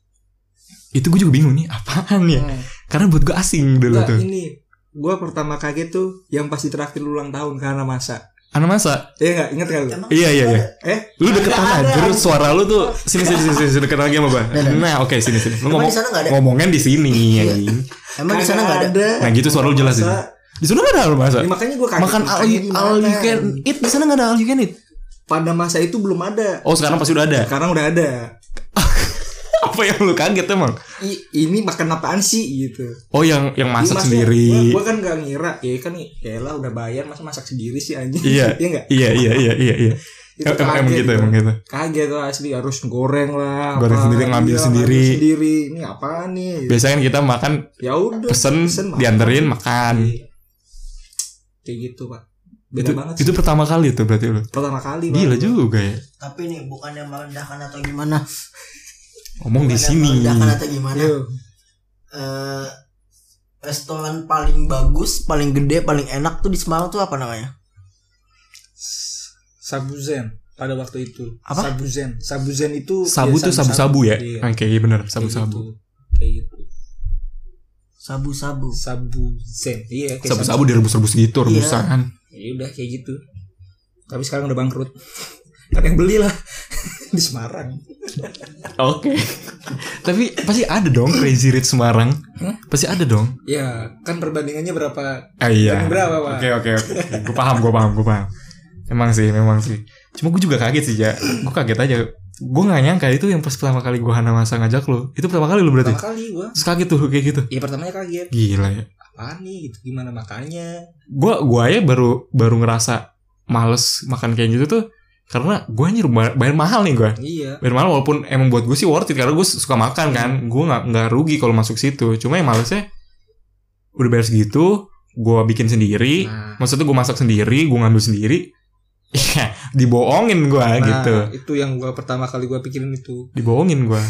itu gue juga bingung nih apaan ya, karena buat gue asing dulu tuh. Ini gue pertama kaget tuh yang pasti terakhir ulang tahun karena masa. Anak masa? Iya gak? Ingat gak lu? Iya. Lu deketan aja. Suara lu tuh sini deket lagi sama Bang. Nah, oke sini. Lu ngomongin di sini. Emang di sana enggak ada? Nah, gitu suara lu jelas sih. Di sana enggak ada all masa. Makanya gue kaget. Makan all you can eat di sana enggak ada all you can eat. Pada masa itu belum ada. Oh, sekarang pasti udah ada. Sekarang udah ada. Apa yang lu kaget emang? Ini makan apaan sih gitu. Oh yang masak sendiri. Gue kan gak ngira. Ya kan nih, yaelah udah bayar masa masak sendiri sih anjing. Iya. Iya. Emang gitu. Kaget tuh asli, harus goreng lah. Goreng sendiri, ngambil sendiri. Ini apaan nih? Biasanya kan kita makan. Ya udah. Pesen dianterin makan. Kayak gitu Pak. Beda banget. Itu pertama kali tuh berarti lu. Pertama kali. Gila juga ya. Tapi nih bukannya merendahkan atau gimana? Ngomong di sini. Atau gimana? Restoran paling bagus, paling gede, paling enak tuh di Semarang tuh apa namanya? Sabuzen pada waktu itu. Apa? Sabuzen itu sabu tuh sabu-sabu ya? Kayak bener sabu-sabu. Kayak gitu. Sabu-sabu. Sabu-zen. Iya, kayak Sabu-sabu direbus-rebus gitu, rebusan. Ya udah kayak gitu. Tapi sekarang udah bangkrut. Kan yang beli lah di Semarang. Oke. Tapi pasti ada dong Crazy Rich Semarang. Pasti ada dong. Ya, kan perbandingannya berapa? Iya. Berapa, Pak? Oke. Gue paham. Memang sih. Cuma gue juga kaget sih ya. Gue kaget aja. Gue gak nyangka itu yang pas pertama kali gue Hana Masa ngajak lo. Itu pertama kali lo berarti? Pertama kali gue. Terus kaget tuh kayak gitu. Iya, pertamanya kaget. Gila ya. Apaan nih gitu, gimana makannya? Gue aja baru ngerasa males makan kayak gitu tuh karena gue anjir bayar mahal nih gue. Iya. Bayar mahal walaupun emang buat gue sih worth it karena gue suka makan kan. Gue nggak rugi kalau masuk situ. Cuma yang malesnya udah bayar segitu, gue bikin sendiri. Nah. Maksudnya gue masak sendiri, gue ngambil sendiri. Iya, dibohongin gue gitu. Itu yang gue pertama kali gue pikirin itu. Dibohongin gue.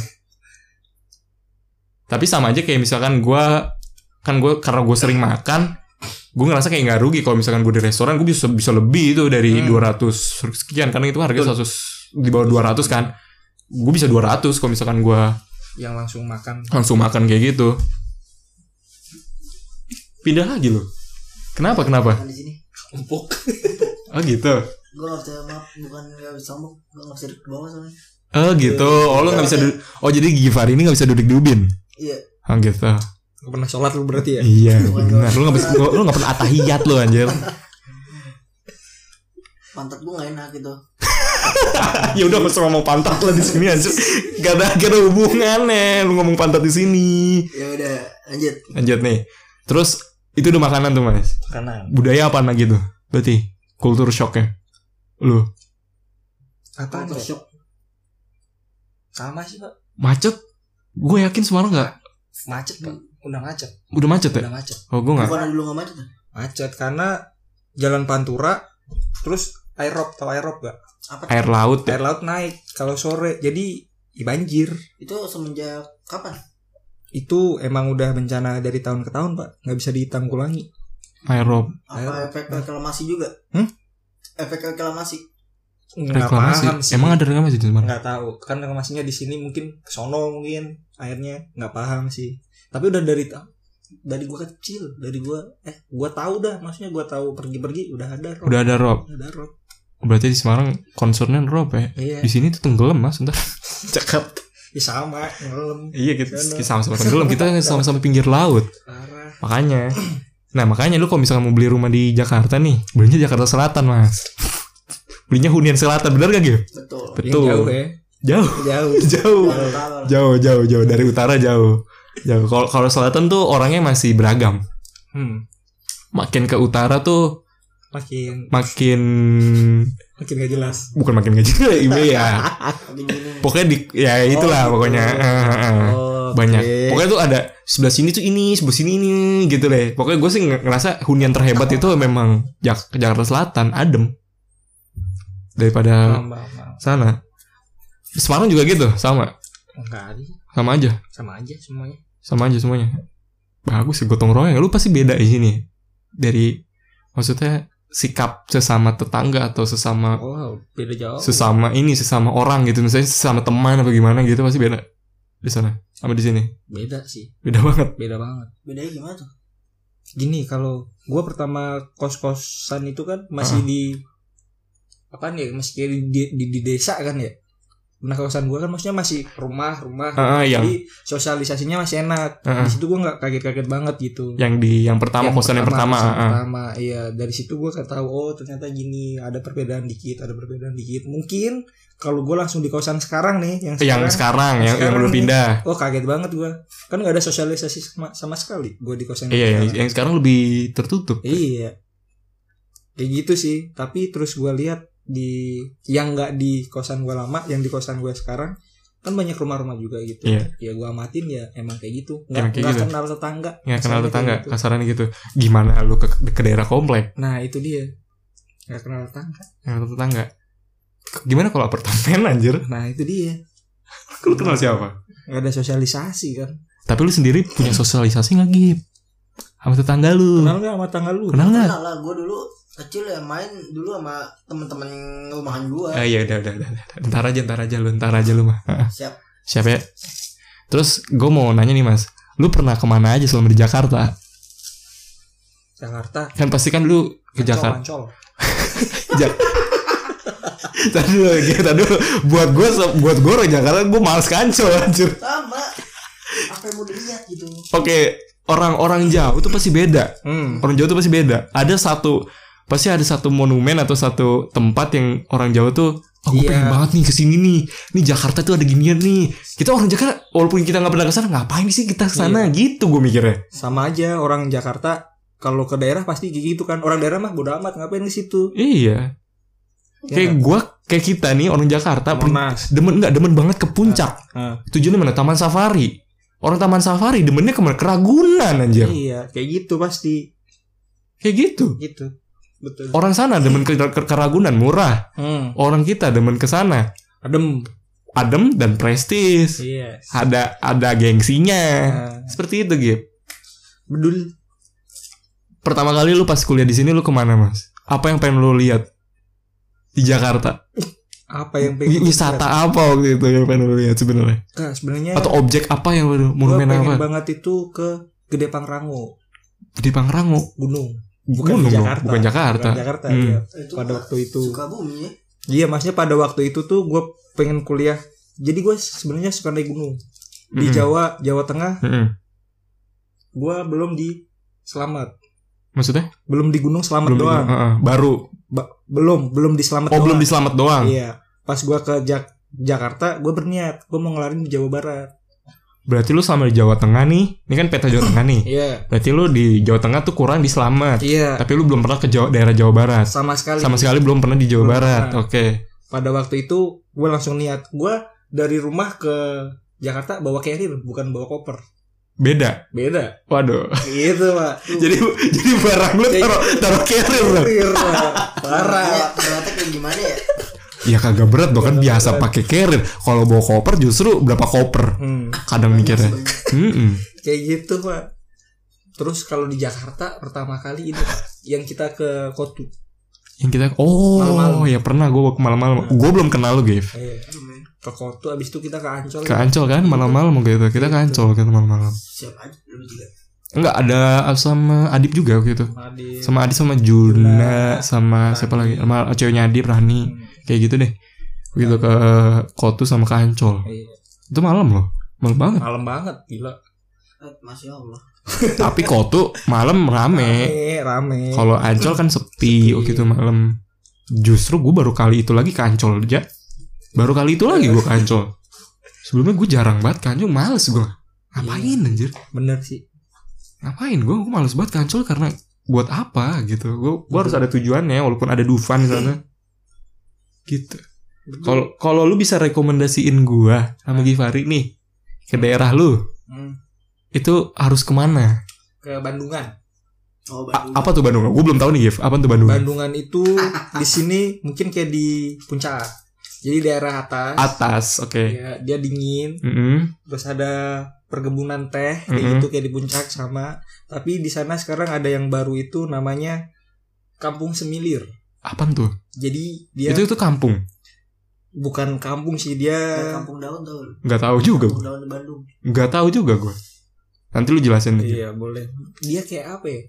Tapi sama aja kayak misalkan gue karena gue sering makan, gue ngerasa kayak nggak rugi kalau misalkan gue di restoran gue bisa lebih itu dari 200 sekian karena itu harga 100 di bawah 200 kan. Gue bisa 200 kalau misalkan gue yang langsung makan kayak gitu. Pindah lagi loh. Kenapa? Di sini. empuk. Oh gitu. Gue nggak bisa bukan nggak bisa sombong, gue nggak bisa duduk di bawah soalnya. Oh gitu. Oh lo nggak bisa duduk. Oh jadi Givari ini nggak bisa duduk di ubin. Iya. Oh gitu. Gak pernah sholat lu berarti ya? Iya benar. Lu nggak pernah atahiyat lo anjir. Pantat gue nggak enak gitu. Ya udah gak usah ngomong pantat lah di sini anjir. Gak ada hubungannya lu ngomong pantat di sini. Ya udah lanjut nih. Terus itu udah makanan tuh Mas. Makanan. Budaya apa lagi tuh? Berarti kultur shocknya lu. Apaan Culture ya? shock. Sama sih Pak. Macet. Gue yakin Semarang gak? Macet Pak. Udah macet. Udah macet ya? Udah macet. Oh gue gak. Bukan dulu nggak macet. Macet karena jalan Pantura. Terus aerob, tau aerob gak? Apa? Air laut ya? Air laut naik kalau sore. Jadi banjir. Itu semenjak kapan? Itu emang udah bencana dari tahun ke tahun Pak. Gak bisa ditanggulangi. Aerob. Apa efek reklamasi juga? Efek reklamasi. Nggak Reklamasi. paham sih. Emang ada reklamasi di Semarang? Nggak tahu. Kan reklamasinya di sini mungkin kesono mungkin airnya. Nggak paham sih. Tapi udah dari gua kecil, gua tahu dah. Maksudnya gua tahu pergi-pergi udah ada rob. Udah ada rob. Udah ada rob. Berarti di Semarang concernnya rob ya? Iya. Di sini tuh tenggelam Mas. Ntar cakep. Ya sama, ngelem. Iya kita sama-sama tenggelam. Kita sama-sama pinggir laut. Parah. Makanya lu kalau misalkan mau beli rumah di Jakarta nih, belinya Jakarta Selatan Mas. Belinya hunian selatan, benar gak gitu? Betul. Yang jauh ya. Jauh dari utara jauh. Kalau selatan tuh orangnya masih beragam. Makin ke utara tuh makin gak jelas. Bukan makin gak jelas ya. Pokoknya itulah gitu. pokoknya. Banyak. Pokoknya tuh ada sebelah sini tuh ini, sebelah sini ini gitu deh. Pokoknya gue sih ngerasa hunian terhebat itu memang Jakarta Selatan, adem. Daripada sana. Semarang juga gitu, sama. Enggak ada. Sama aja semuanya. Bagus sih gotong royong. Lu pasti beda di sini. Dari maksudnya sikap sesama tetangga atau sesama beda jauh. Sesama orang gitu. Misalnya sesama teman atau gimana gitu pasti beda. Di sana sama di sini. Beda sih. Beda banget. Bedanya gimana tuh? Gini, kalau gue pertama kos-kosan itu kan masih di apaan ya, masih di desa kan ya. Nah kawasan gue kan maksudnya masih rumah jadi sosialisasinya masih enak. Di situ gue nggak kaget banget gitu. Yang pertama kosan yang pertama. Iya, dari situ gue tahu ternyata gini, ada perbedaan dikit. Mungkin kalau gue langsung di kosan sekarang nih yang sekarang udah pindah. Kaget banget gue. Kan nggak ada sosialisasi sama sekali gue di kosan. Iya, yang sekarang lebih tertutup. Iya. Kayak gitu sih. Tapi terus gue lihat yang nggak di kosan gue lama, yang di kosan gue sekarang kan banyak rumah-rumah juga gitu. Ya gue amatin ya emang kayak gitu. Nggak kenal tetangga. Nggak kenal tetangga, gitu. Kasarannya gitu. Gimana lu ke daerah komplek? Nah itu dia, nggak kenal tetangga. Gimana kalau apartemen anjir? Nah itu dia. Lu kenal siapa? Nggak ada sosialisasi kan. Tapi lu sendiri punya sosialisasi nggak Gip? Sama tetangga lu? Kenal nggak sama tetangga lu? Kenal lah, gue dulu kecil ya main dulu sama teman-teman rumahan gua. Iya udah. Ntar aja lu mah. Siap ya. Terus gue mau nanya nih Mas, lu pernah kemana aja selama di Jakarta? Jakarta. Kan pasti kan lu ke Jakarta. Ancol. Tadi dulu. Buat gue orang Jakarta, gue males ke Ancol anjir. Sama. Apa yang mau dilihat gitu. Oke, orang Jawa tuh pasti beda. Orang Jawa tuh pasti beda. Pasti ada satu monumen atau satu tempat yang orang Jawa tuh, gue pengen banget nih kesini nih. Nih Jakarta tuh ada ginian nih. Kita orang Jakarta, walaupun kita nggak pernah kesana, ngapain sih kita kesana gitu gue mikirnya. Sama aja orang Jakarta kalau ke daerah pasti gitu kan. Orang daerah mah bodo amat, ngapain di situ. Iya. Kayak kita nih orang Jakarta demen banget ke puncak. Tujuannya mana? Taman Safari. Orang Taman Safari demennya kemana? Ke Ragunan anjir. Iya, kayak gitu pasti. Kayak gitu. Gitu. Betul. Orang sana demen ke Ragunan murah. Orang kita demen ke sana adem dan prestis. Yes. Ada gengsinya. Seperti itu, Gip. Bedul. Pertama kali lu pas kuliah di sini lu kemana, Mas? Apa yang pengen lu lihat di Jakarta? Apa yang pengen wisata apa waktu itu yang pengen lu lihat sebenarnya? Nah, sebenarnya atau objek apa yang lu monumen apa? Gue pengen banget itu ke Gede Pangrango. Gede Pangrango gunung. Bukan Jakarta. Bukan Jakarta. Iya. Pada waktu itu. Sukabumi ya? Iya, maksudnya pada waktu itu tuh gue pengen kuliah. Jadi gue sebenarnya suka naik gunung. Di Jawa Tengah. Gue belum di Slamet. Maksudnya? Belum di Gunung Slamet doang. Baru. Belum di Slamet doang. Belum di Slamet doang. Iya. Pas gue ke Jakarta, gue berniat gue mau ngelarin di Jawa Barat. Berarti lu selama di Jawa Tengah nih, ini kan peta Jawa Tengah nih. Iya. Berarti lu di Jawa Tengah tuh kurang di Slamet. Iya. Tapi lu belum pernah ke daerah Jawa Barat. Sama sekali belum pernah di Jawa Barat. Oke. Pada waktu itu gue langsung niat, gue dari rumah ke Jakarta bawa carrier, bukan bawa koper. Beda. Waduh. Gitu, Pak. jadi barang lu taruh carrier. Parah. Beratnya kayak gimana ya? Ya kagak berat dong, kan biasa pakai carrier. Kalau bawa koper justru berapa koper? Kadang mikirnya. Kayak gitu, Pak. Terus kalau di Jakarta pertama kali ini yang kita ke Kotu. Yang kita malam-malam. Ya pernah gue ke malam-malam. Gue belum kenal lu, Gav. Ke Kotu, abis itu kita ke Ancol. Ke Ancol kan malam-malam gitu. Kita ke Ancol gitu malam-malam. Siapa aja lu juga? Enggak, ada sama Adip juga waktu itu. Sama Adip sama Juna sama siapa lagi? Sama ceweknya Adip, Rani. Kayak gitu deh. Gitu ke Kotu sama ke Ancol. Itu malam loh. Malam banget, gila. Masya Allah. Tapi Kotu malam rame. Kalau Ancol kan sepi waktu itu malam. Justru gue baru kali itu lagi ke Ancol aja. Baru kali itu lagi gue ke Ancol. Sebelumnya gue jarang banget ke Ancol, males gue. Ngapain anjir? Bener sih. Ngapain gue males banget ke Ancol karena buat apa gitu. Gue harus ada tujuannya walaupun ada Dufan di sana. Gitu. Kalau lu bisa rekomendasiin gue sama Givari nih ke daerah lu, itu harus kemana? Ke Bandungan. Bandungan. Apa tuh Bandungan? Gue belum tahu nih, Gif. Apa tuh Bandungan? Bandungan itu di sini mungkin kayak di puncak. Jadi daerah atas. Oke. Ya, dia dingin. Terus ada perkebunan teh kayak gitu kayak di puncak sama. Tapi di sana sekarang ada yang baru itu namanya Kampung Semilir. Apaan tuh? Jadi dia itu kampung. Bukan kampung sih, dia Kampung Daun tahu. Enggak tahu juga. Kampung Daun di Bandung. Enggak tahu juga gue. Nanti lu jelasin aja. Iya, boleh. Dia kayak apa ya?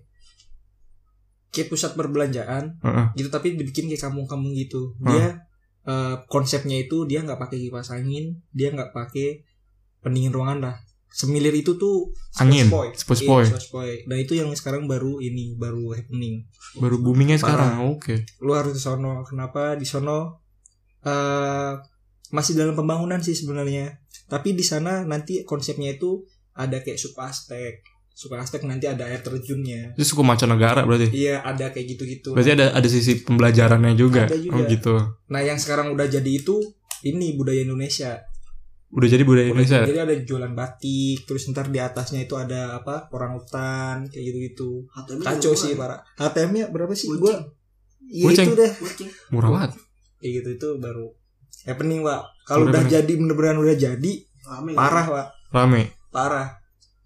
Kayak pusat perbelanjaan gitu, tapi dibikin kayak kampung-kampung gitu. Dia konsepnya itu dia nggak pakai kipas angin, dia nggak pakai pendingin ruangan lah. Semilir itu tuh angin, spoi. Nah itu yang sekarang baru happening, baru boomingnya sekarang. Oke. Lu harus ke sono. Kenapa di sono? Masih dalam pembangunan sih sebenarnya. Tapi di sana nanti konsepnya itu ada kayak suku Aztec nanti ada air terjunnya. Itu suku mancanegara berarti? Iya, ada kayak gitu-gitu. Berarti ada sisi pembelajarannya juga. Ada juga. Oh gitu. Nah yang sekarang udah jadi itu ini budaya Indonesia. Udah jadi budaya Indonesia. Jadi ada jualan batik, terus ntar di atasnya itu ada apa? Orangutan kayak gitu-gitu. Kacau sih para. HTM-nya berapa sih? Gua itu deh. Murah banget. Kayak gitu itu baru happening, Pak. Kalau udah jadi bener-bener udah jadi parah, Pak. Parah.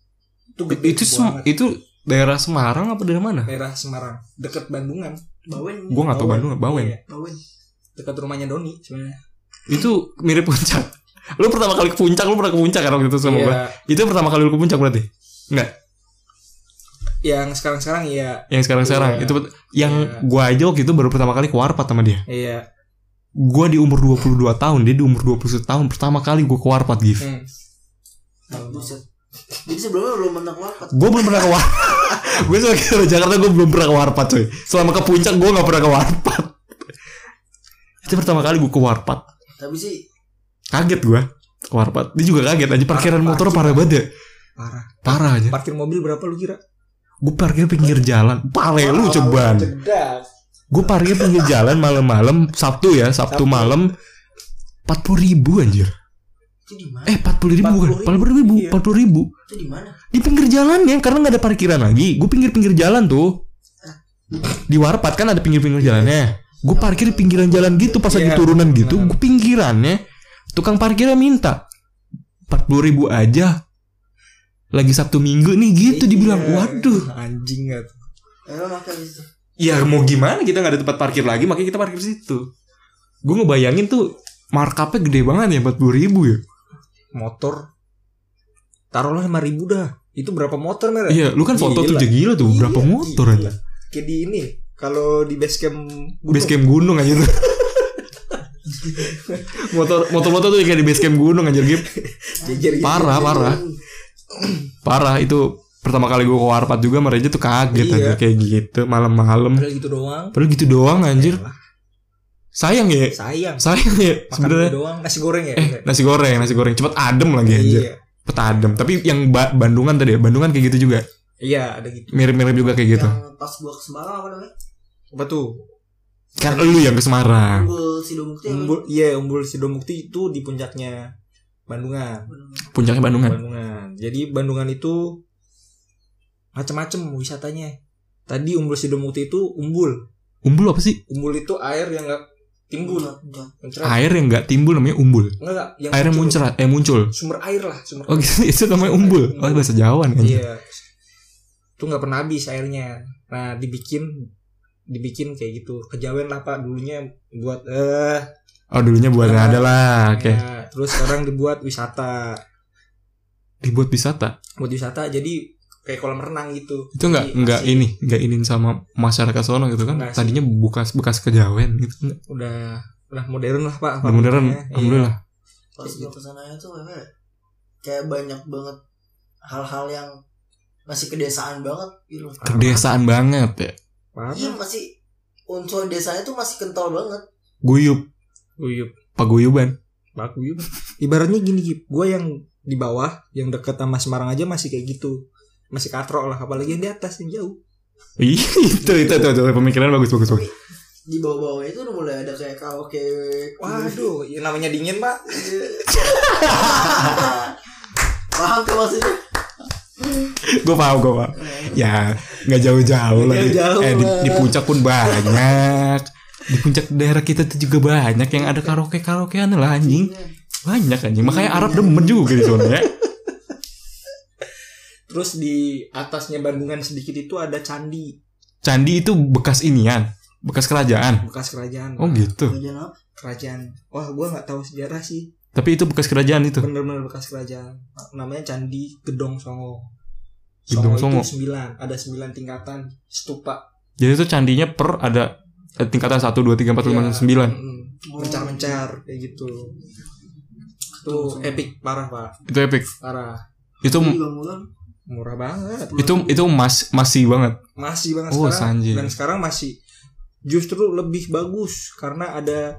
Itu daerah Semarang apa daerah mana? Daerah Semarang, dekat Bandungan. Bawen. Gua enggak tahu Bandungan, Bawen. Iya. Dekat rumahnya Doni sebenarnya. Itu mirip puncak. Lu pertama kali ke puncak, lu pernah ke puncak kan waktu itu sama gua? Itu pertama kali lu ke puncak berarti? Enggak. Yang sekarang iya. Yang sekarang itu yang gua aja waktu itu baru pertama kali ke warpat sama dia. Iya. Gua di umur 22 tahun, dia di umur 21 tahun pertama kali gua ke warpat, Gif. Buset. Jadi sebelumnya belum pernah ke warpat. Gue belum pernah ke warpat. Gue selama ke Jakarta gue belum pernah ke warpat, coy. Selama ke puncak gue gak pernah ke warpat. Itu pertama kali gue ke warpat. Tapi sih kaget gue ke warpat. Dia juga kaget aja, parkiran motor parah banget ya. Parah aja. Parkir mobil berapa lu kira? Gue parkir pinggir jalan. Pale lu cobaan. Gue parkir pinggir jalan malam-malam Sabtu malam 40.000 anjir. itu di mana? 40.000 bukan? 40.000. 40.000. Itu di mana? Di pinggir jalan ya, karena nggak ada parkiran lagi. Gue pinggir jalan tuh. Di warpat kan ada pinggir jalannya. Gue parkir di pinggiran jalan gitu, pas lagi turunan gitu, gue pinggirannya. Tukang parkirnya minta 40.000 aja. Lagi Sabtu Minggu nih gitu, dibilang. Waduh, anjing gak tuh. Gitu. Ya mau gimana, kita nggak ada tempat parkir lagi, makanya kita parkir situ. Gue ngebayangin tuh markupnya gede banget ya, 40.000 ya. Motor taruhlah 5.000 dah. Itu berapa motor merah? Iya, lu kan foto tuh gila tuh, berapa motor aja. Kayak di ini, kalau di base camp gunung aja tuh. motor tuh kayak di base camp gunung aja gitu. Parah itu pertama kali gue ke warpat juga, mereka tuh kaget aja kayak gitu malam-malam. Padahal gitu doang anjir. Sayang ya sebenarnya. Nasi goreng ya. Nasi goreng cepet adem lagi anjir. Cepet adem. Tapi yang Bandungan tadi ya, Bandungan kayak gitu juga. Iya, ada gitu. Mirip-mirip juga kayak gitu. Yang pas gua ke Semarang apa namanya? Apa tuh? Kan lu yang ke Semarang. Umbul Sidomukti. Umbul Sidomukti itu di puncaknya Bandungan. Puncaknya Bandungan. Jadi Bandungan itu macam-macam wisatanya. Tadi Umbul Sidomukti itu umbul. Umbul apa sih? Umbul itu air yang enggak timbul. Air yang enggak timbul namanya umbul. Enggak, yang air yang muncul. Sumber air lah, sumber. Oh gitu, itu namanya umbul. Oh, bahasa Jawa kan. Iya. Itu enggak pernah habis airnya. Nah, dibikin kayak gitu. Kejawen lah Pak dulunya buat dulunya buat ada lah. Oke. Ya, terus sekarang dibuat wisata. Buat wisata, jadi kayak kolam renang gitu. Itu enggak ini sama masyarakat sono gitu kan. Nggak, tadinya bekas kejawen gitu. Udah modern lah Pak. Udah modern, alhamdulillah. Pas gue kesananya tuh kayak banyak banget hal-hal yang masih kedesaan banget gitu. Kedesaan banget ya. Iya, masih unsur desanya tuh masih kental banget. Guyup. Paguyuban. Ibaratnya gini, gue yang di bawah, yang deket sama Semarang aja masih kayak gitu. Masih katrok lah, apalagi yang di atas yang jauh. Itu pemikiran bagus. Di bawah-bawah itu udah mulai ada kayak karaoke. Waduh, ya namanya dingin Pak. Paham tuh maksudnya? Gue paham. Ya nggak jauh-jauh lah. Di puncak pun banyak. Di puncak daerah kita tuh juga banyak yang ada karaokean lah anjing. Banyak anjing. Makanya Arab demen juga di sana ya. Terus di atasnya Bandungan sedikit itu ada candi. Candi itu bekas inian, bekas kerajaan. Oh gitu. Kerajaan. Wah, gue nggak tahu sejarah sih. Tapi itu bekas kerajaan itu. Bener-bener bekas kerajaan. Namanya Candi Gedong Songo. Gedong Songo. Itu 9. Ada 9 tingkatan stupa. Jadi itu candinya ada tingkatan 1, 2, 3, 4, 5, 9. Mencar-mencar kayak gitu. Itu epic parah Pak. Itu epic. Parah. Itu murah banget. Itu masih banget. Masih banget sekarang. Sanjir. Dan sekarang masih justru lebih bagus karena ada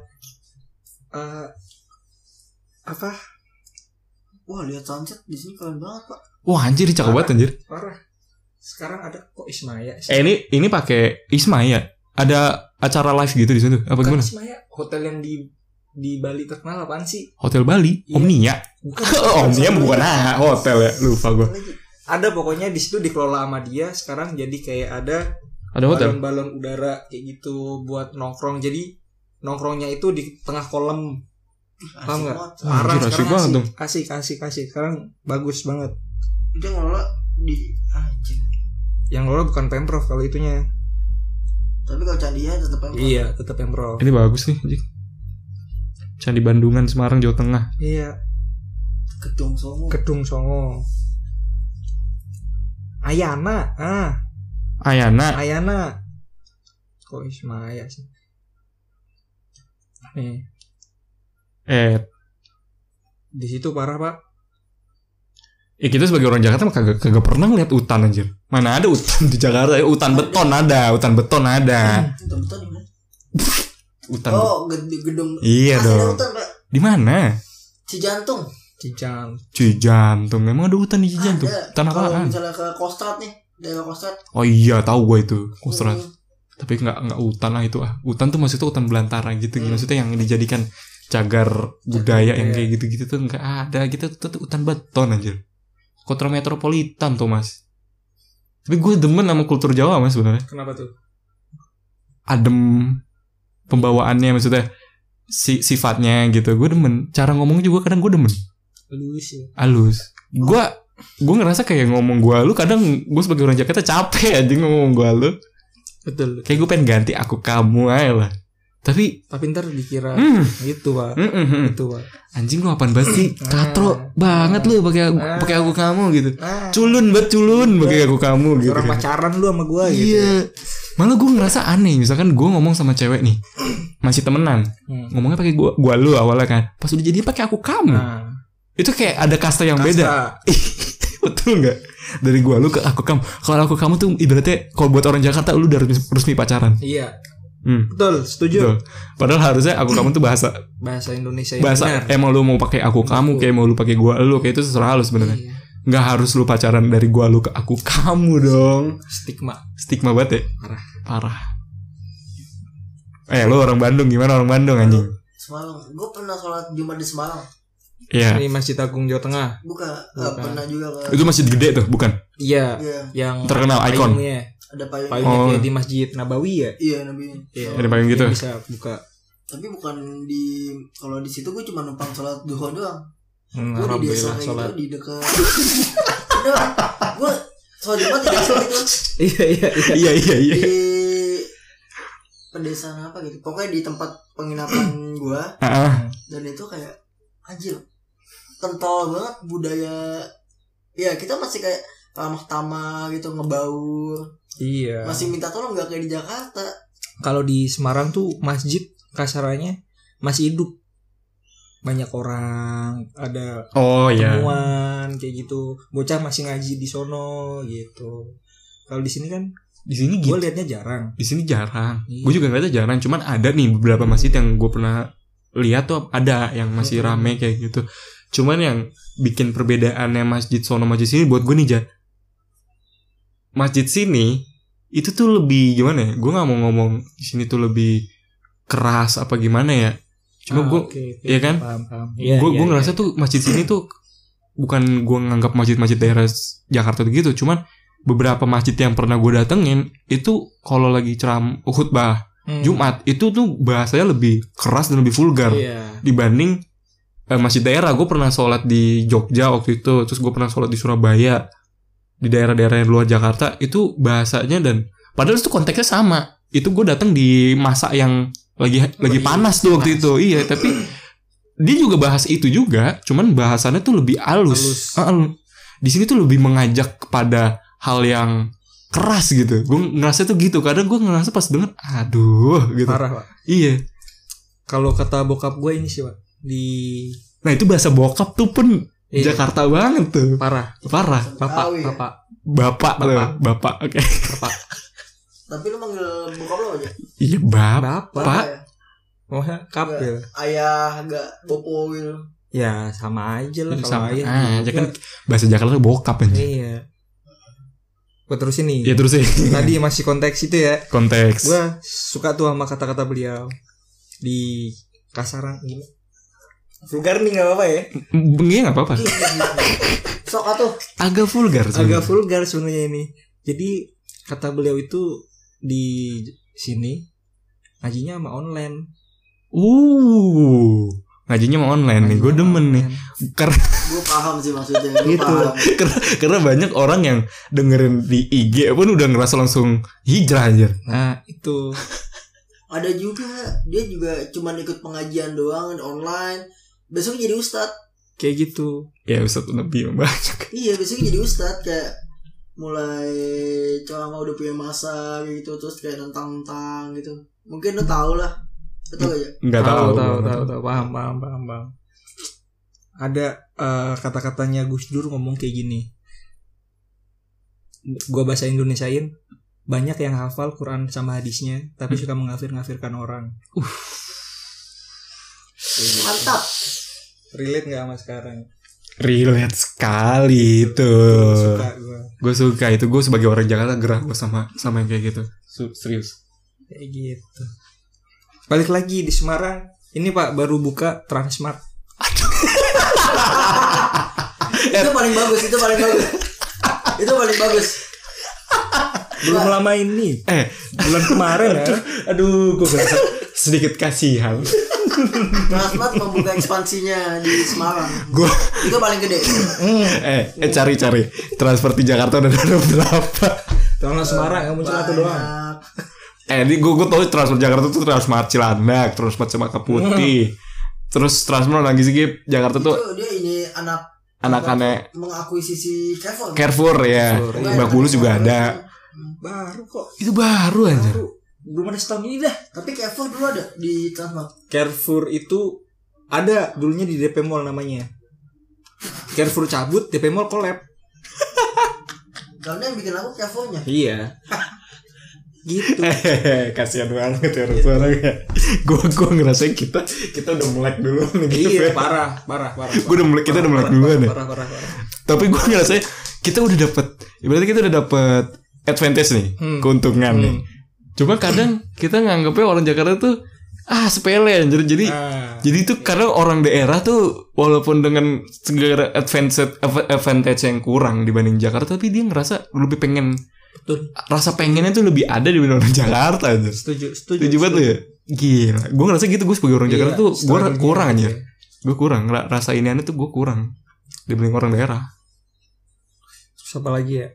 Wah, lihat sunset di sini keren banget Pak. Wah anjir, cakep banget anjir. Parah. Sekarang ada kok Ismaya. Ini pakai Ismaya. Ada acara live gitu di situ. Apa gimana? Ismaya, hotel yang di Bali terkenal apaan sih? Hotel Bali? Iya. Omnia. Omnia bukan hotel ya. Lupa gue. Ada pokoknya di situ dikelola sama dia. Sekarang jadi kayak ada hotel, balon udara kayak gitu buat nongkrong. Jadi nongkrongnya itu di tengah kolam. Paham nggak? Parah sekarang kasih. Sekarang bagus banget. Itu ngelola di yang ngelola bukan Pemprov kalau itunya. Tapi kalau candinya tetap Pemprov. Iya, tetap Pemprov. Ini bagus nih, Candi Bandungan, Semarang, Jawa Tengah. Iya. Gedung Songo. Ayana. Kok Ismaya sih? Nih. Di situ parah, Pak. Kita sebagai orang Jakarta kagak pernah ngeliat hutan anjir. Mana ada hutan di Jakarta? Hutan beton ada. Hutan beton di mana? Hutan. Gedung. Iya dong. Di mana? Cijantung. Emang ada hutan di Cijantung? Hutan apaan? Kalau misalnya ke Kostrad nih, daerah Kostrad. Oh iya, tahu gue itu Kostrad. Tapi enggak hutan lah itu ah. Hutan tuh maksudnya hutan belantara gitu. Maksudnya yang dijadikan cagar budaya yang kayak gitu-gitu tuh enggak ada. Gitu tuh hutan beton anjir. Kota metropolitan tuh, Mas. Tapi gue demen sama kultur Jawa, Mas, sebenarnya. Kenapa tuh? Adem pembawaannya, maksudnya sifatnya gitu. Gue demen. Cara ngomongnya juga kadang gue demen. Halus. Gue ngerasa kayak ngomong gue lu kadang gue sebagai orang Jakarta capek aja ngomong gue lu. Betul. Kayak gue pengen ganti aku kamu aja lah. Tapi ntar dikira gitu, Pak. Itu, Pak. Anjing lu apaan banget sih? Katro banget lu pakai aku kamu gitu. Culun pakai aku kamu gitu. Orang pacaran lu sama gue gitu. Iya. Malah gue ngerasa aneh, misalkan gue ngomong sama cewek nih, masih temenan, ngomongnya pakai gua lu awalnya kan, pas udah jadi pakai aku kamu. Itu kayak ada kasta yang beda. Betul nggak? Dari gua lu ke aku kamu. Kalau aku kamu tuh ibaratnya kalau buat orang Jakarta lu udah resmi pacaran. Iya. Betul, setuju. Betul. Padahal harusnya aku kamu tuh bahasa Indonesia. Bahasa emang lu mau pakai aku kamu, kayak mau lu pakai gua lu, kayak itu terserah lu sebenarnya. Iya. Nggak harus lu pacaran dari gua lu ke aku kamu dong. Stigma banget ya. Parah. Lu orang Bandung, gimana orang Bandung anjing? Semarang. Gua pernah sholat Jumat di Semarang. Iya. Ini Masjid Agung Jawa Tengah. Bukan. Pernah juga ke. Itu masjid gede tuh, bukan? Iya. Yang terkenal ikon. Ada payungnya kayak di Masjid Nabawi ya? Iya, Nabawi. Iya. Ada payung gitu. Bisa buka. Tapi bukan kalau di situ gue cuma numpang sholat duha doang. Gue di desa itu di dekat. Udah, gue sholat Jumat di desa itu. Iya. Di pedesaan apa gitu. Pokoknya di tempat penginapan gue. Dan itu kayak anjir, kental banget budaya. Ya kita masih kayak ramah tamah gitu, ngebaur. Iya. Masih minta tolong nggak kayak di Jakarta. Kalau di Semarang tuh masjid kasarannya masih hidup. Banyak orang, ada temuan kayak gitu. Bocah masih ngaji di sono gitu. Kalau di sini kan, di sini gue liatnya jarang. Di sini jarang. Iya. Gue juga ngeliatnya jarang. Cuman ada nih beberapa masjid yang gue pernah lihat tuh ada yang masih rame kayak gitu. Cuman yang bikin perbedaannya masjid sono masjid sini buat gue nih masjid sini itu tuh lebih gimana ya? Gue nggak mau ngomong di sini tuh lebih keras apa gimana ya? Cuma gue, ya kan? Gue ngerasa tuh masjid sini tuh bukan gue nganggap masjid-masjid daerah Jakarta gitu. Cuman beberapa masjid yang pernah gue datengin itu kalau lagi khutbah Jumat itu tuh bahasanya lebih keras dan lebih vulgar dibanding masjid daerah. Gue pernah sholat di Jogja waktu itu, terus gue pernah sholat di Surabaya, di daerah-daerah yang luar Jakarta itu bahasanya dan padahal itu konteksnya sama. Itu gue datang di masa yang lagi panas tuh waktu itu. Iya, tapi dia juga bahas itu juga, cuman bahasannya tuh lebih halus. Di sini tuh lebih mengajak kepada hal yang keras gitu. Gue ngerasa tuh gitu. Kadang gue ngerasa pas denger aduh gitu. Parah, Pak. Iya. Kalau kata bokap gue ini sih, Pak, nah itu bahasa bokap tuh pun Jakarta banget tuh. Parah. Bapak. Oke. Bapak. Tapi lu manggil bokap lo aja? Iya, Bapak. Oh, kapil. Ayah agak bopo gitu. Ya, sama aja lah kalau ayah. Aja kan bahasa Jakarta bokap aja. Iya. Gue terusin nih. Iya, terusin. Tadi masih konteks itu ya. Konteks. Gue suka tuh sama kata-kata beliau. Di kasaran gini. Vulgar nih gak apa-apa ya? Iya gak apa-apa. Sok atuh. Agak vulgar sebenarnya ini. Jadi kata beliau itu di sini ngajinya sama online. Ngajinya sama online nih. Gue demen nih. Karena gue paham sih maksudnya. Gitu. Karena banyak orang yang dengerin di IG pun udah ngerasa langsung hijrah aja. Nah itu. Ada juga dia juga cuma ikut pengajian doang online. Besok jadi ustad. Kayak gitu. Ya ustad lebih banyak. Iya besok jadi ustad kayak mulai Colama udah punya masa gitu, terus kayak tentang gitu. Mungkin lu tahu lah. Betul gak ya? Enggak tahu. Paham. Ada kata-katanya Gus Dur ngomong kayak gini. Gua bahasa Indonesiain. Banyak yang hafal Quran sama hadisnya, tapi suka mengafir-ngafirkan orang. Mantap. Relate nggak sama sekarang? Relate sekali itu. Gue suka itu. Gue sebagai orang Jakarta gerah gue sama yang kayak gitu. Serius. Kayak gitu. Balik lagi di Semarang. Ini Pak baru buka Transmart. Itu paling bagus. Itu paling bagus. Belum lama ini. Bulan kemarin ya. Aduh, gue merasa sedikit kasihan. Transmart membuka ekspansinya di Semarang. Itu paling gede. Cari transfer di Jakarta udah ada berapa? Transmart Semarang yang muncul satu doang. Ini gue tau transfer Jakarta tuh Transmart Cilandak, Transmart Cempaka Putih. Terus Transmart lagi sih Jakarta tuh. Itu dia ini anak-anak mengakuisisi Carrefour ya. Lebak Bulus juga ada. Baru kok. Itu baru aja. Belum ada setahun ini dah. Tapi Carrefour dulu ada di Transmart. Carrefour itu ada dulunya di DP Mall namanya. Carrefour cabut, DP Mall collab. Karena yang bikin aku Carrefournya. Iya. Gitu. Kasihan banget ya suaranya. Gue ngerasain kita udah melek dulu nih gitu. Iya, parah. Gue udah melek, kita udah melek duluan ya. Parah. Tapi gue ngerasain kita udah dapet advantage nih, keuntungan nih. Cuma kadang kita nganggapnya orang Jakarta tuh sepele anjir. Jadi itu karena orang daerah tuh walaupun dengan segala advantage yang kurang dibanding Jakarta, tapi dia ngerasa lebih pengen. Betul. Rasa pengennya tuh lebih ada dibanding orang Jakarta aja. Setuju banget ya. Gila. Gue ngerasa gitu, gue sebagai orang Jakarta tuh gue kurang aja. Gue kurang. Rasa iniannya tuh gue kurang dibanding orang daerah. Terus apa lagi ya?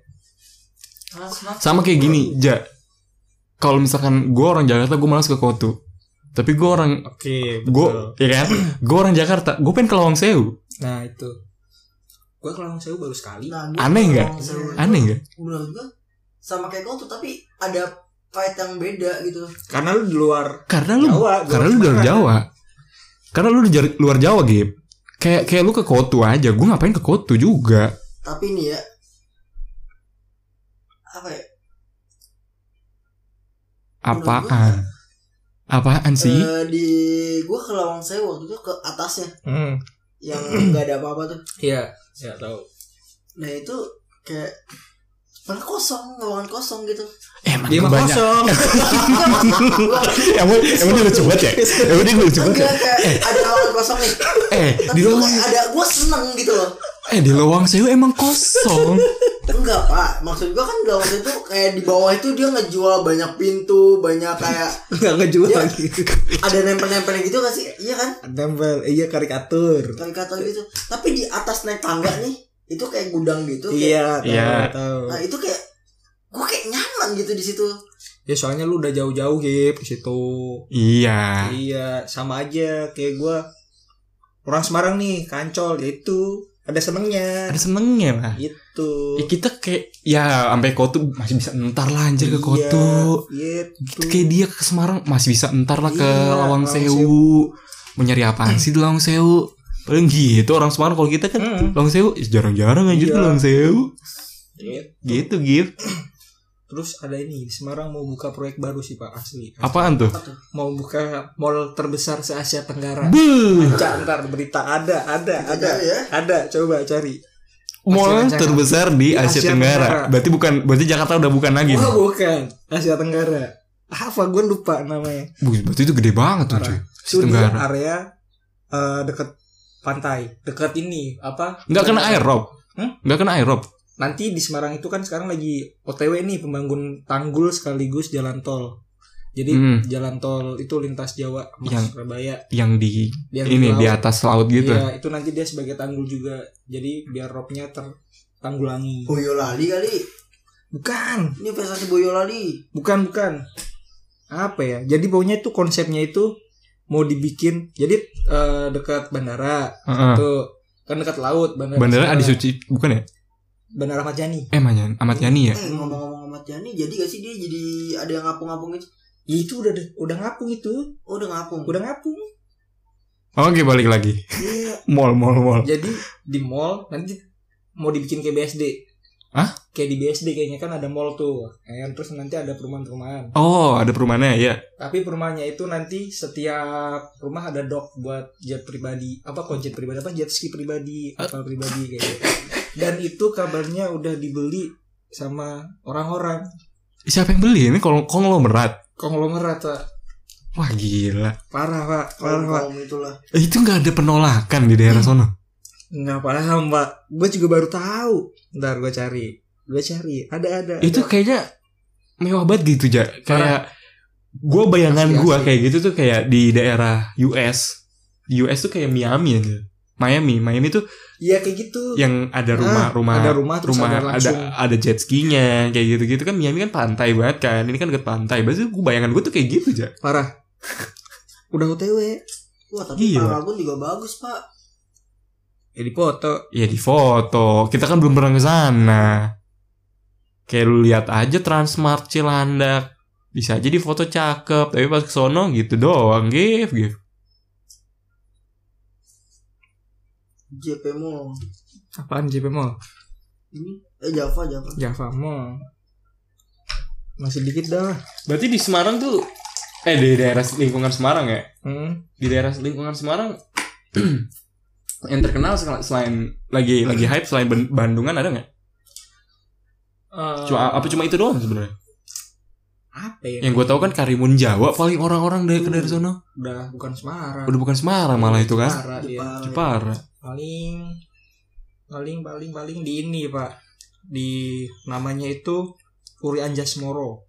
Sama kayak gini, kalau misalkan gue orang Jakarta, gue malas ke Kotu. Tapi gue orang, ya kan? Gue orang Jakarta, gue pengen ke Lawang Sewu. Nah itu, gue ke Lawang Sewu baru sekali. Aneh nggak? Menurut gue sama kayak Kotu, tapi ada fight yang beda gitu. Karena lu di luar. Karena lu di luar Jawa. Karena lu di luar Jawa, Gip. Kayak lu ke Kotu aja. Gue ngapain ke Kotu juga? Tapi nih ya, apa ya? Apaan sih? Di gue ke Lawang Sewu waktu itu ke atasnya, yang nggak ada apa-apa tuh. Iya, tahu. Nah itu kayak mana ruangan kosong gitu. Dia mah kosong. Emang dia lucu banget ya? Ada ruangan kosong nih. Di Lawang ada, gue seneng gitu loh. Di Lawang Sewu emang kosong. Enggak Pak, maksud gua kan di Lawang Sewu itu kayak di bawah itu dia ngejual banyak pintu, banyak kayak nggak ngejual gitu. Ada nempel-nempelnya gitu gak sih? Iya kan? Nempel, iya karikatur gitu. Tapi di atas naik tangga nih, itu kayak gudang gitu. Iya. Nah itu kayak gua kayak nyaman gitu di situ. Ya soalnya lu udah jauh-jauh Gip ke situ. Iya, sama aja kayak gua orang Semarang nih, Kancol, yaitu ada senengnya lah gitu. Kita kayak sampai Kotu masih bisa entar lah anjir ke Kotu gitu. Kayak dia ke Semarang masih bisa entar lah ke Lawang Sewu. Mau nyari apaan sih di Lawang Sewu? Paling gitu orang Semarang. Kalau kita kan Lawang Sewu jarang-jarang anjir ke Lawang Sewu gitu Gip. Terus ada ini di Semarang mau buka proyek baru sih Pak, asli. Apaan tuh? Mau buka mall terbesar se Asia Tenggara. Ntar berita ada. Coba cari. Mall terbesar di Asia Tenggara. Berarti Jakarta udah bukan lagi. Bukan. Asia Tenggara. Apa gue lupa namanya. Berarti itu gede banget tuh cuy. Asia Tenggara. Area dekat pantai, dekat ini apa? Enggak kena air rob. Enggak kena air rob. Nanti di Semarang itu kan sekarang lagi OTW nih pembangun tanggul sekaligus jalan tol. Jadi jalan tol itu lintas Jawa Surabaya. Yang di atas laut gitu. Iya, itu nanti dia sebagai tanggul juga. Jadi biar robnya tertanggulangi. Boyolali kali. Bukan. Ini investasi Boyolali. Bukan. Apa ya? Jadi pokoknya itu konsepnya itu mau dibikin. Jadi dekat bandara. Tuh kan dekat laut bandara. Bandara Adi Suci bukan ya? Bandara Ahmad Yani. Ahmad Yani ya. Ngomong-ngomong Ahmad Yani, jadi gak sih dia jadi ada yang ngapung-ngapung itu? Ya, itu udah ngapung itu. Oh, udah ngapung. Oke, balik lagi. Iya. Mall. Jadi di mall nanti mau dibikin kayak BSD. Hah? Kayak di BSD kayaknya kan ada mall tuh. Terus nanti ada perumahan-perumahan. Oh, ada perumahannya ya. Tapi perumahannya itu nanti setiap rumah ada dock buat jet pribadi. Jet pribadi jet ski pribadi, kapal pribadi kayak gitu. Dan itu kabarnya udah dibeli sama orang-orang. Siapa yang beli? Ini konglomerat. Pak. Wah, gila. Parah Pak. Itulah. Itu nggak ada penolakan di daerah sono. Nggak paham Pak. Gue juga baru tahu. Ntar gue cari. Ada. Itu kayaknya mewah banget gitu aja. Kayak gue bayangan gue kayak gitu tuh kayak di daerah US. Di US tuh kayak Miami aja. Miami tuh iya kayak gitu. Yang ada rumah terus ada jet ski-nya kayak gitu-gitu kan. Miami kan pantai banget kan. Ini kan dekat pantai. Berarti gue bayangan gue tuh kayak gitu aja. Parah. Udah OTW. Wah, tapi Paragon juga bagus, Pak. Ya di foto. Kita kan belum pernah ke sana. Kayak lu lihat aja Transmart Cilandak. Bisa aja di foto cakep, tapi pas ke sono gitu doang, give. JP Mall. Apaan JP Mall? Ini Java Mall. Masih dikit dah. Berarti di Semarang tuh di daerah lingkungan Semarang ya? Di daerah lingkungan Semarang yang terkenal selain lagi hype selain Bandungan ada nggak? Cuma itu doang sebenarnya? Apa ya? Yang gue tahu kan Karimun Jawa paling orang-orang dari sono. Udah bukan Semarang. Udah bukan Semarang malah itu kan? Jepara. Paling di ini Pak. Di namanya itu Puri Anjas Moro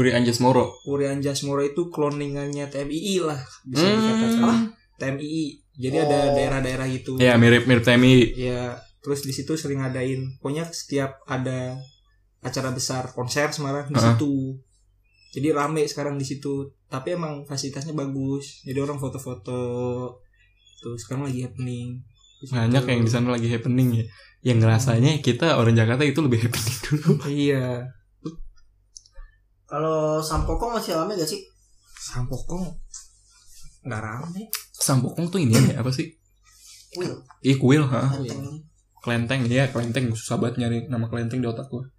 itu cloningannya TMII lah bisa dikatakan. TMII. Jadi ada daerah-daerah gitu. Ya mirip TMII. Ya, terus di situ sering ngadain. Pokoknya setiap ada acara besar konser Semarang di situ. Jadi rame sekarang di situ. Tapi emang fasilitasnya bagus. Jadi orang foto-foto. Tuh sekarang lagi happening. Banyak yang di sana lagi happening ya. Yang ngerasanya kita orang Jakarta itu lebih happening dulu. Iya. Kalau Sampokong masih rame gak sih? Sampokong nggak rame. Sampokong tuh ini ya apa sih? Kuil. Iya kuil, Kelenteng, susah banget nyari nama kelenteng di otak gua.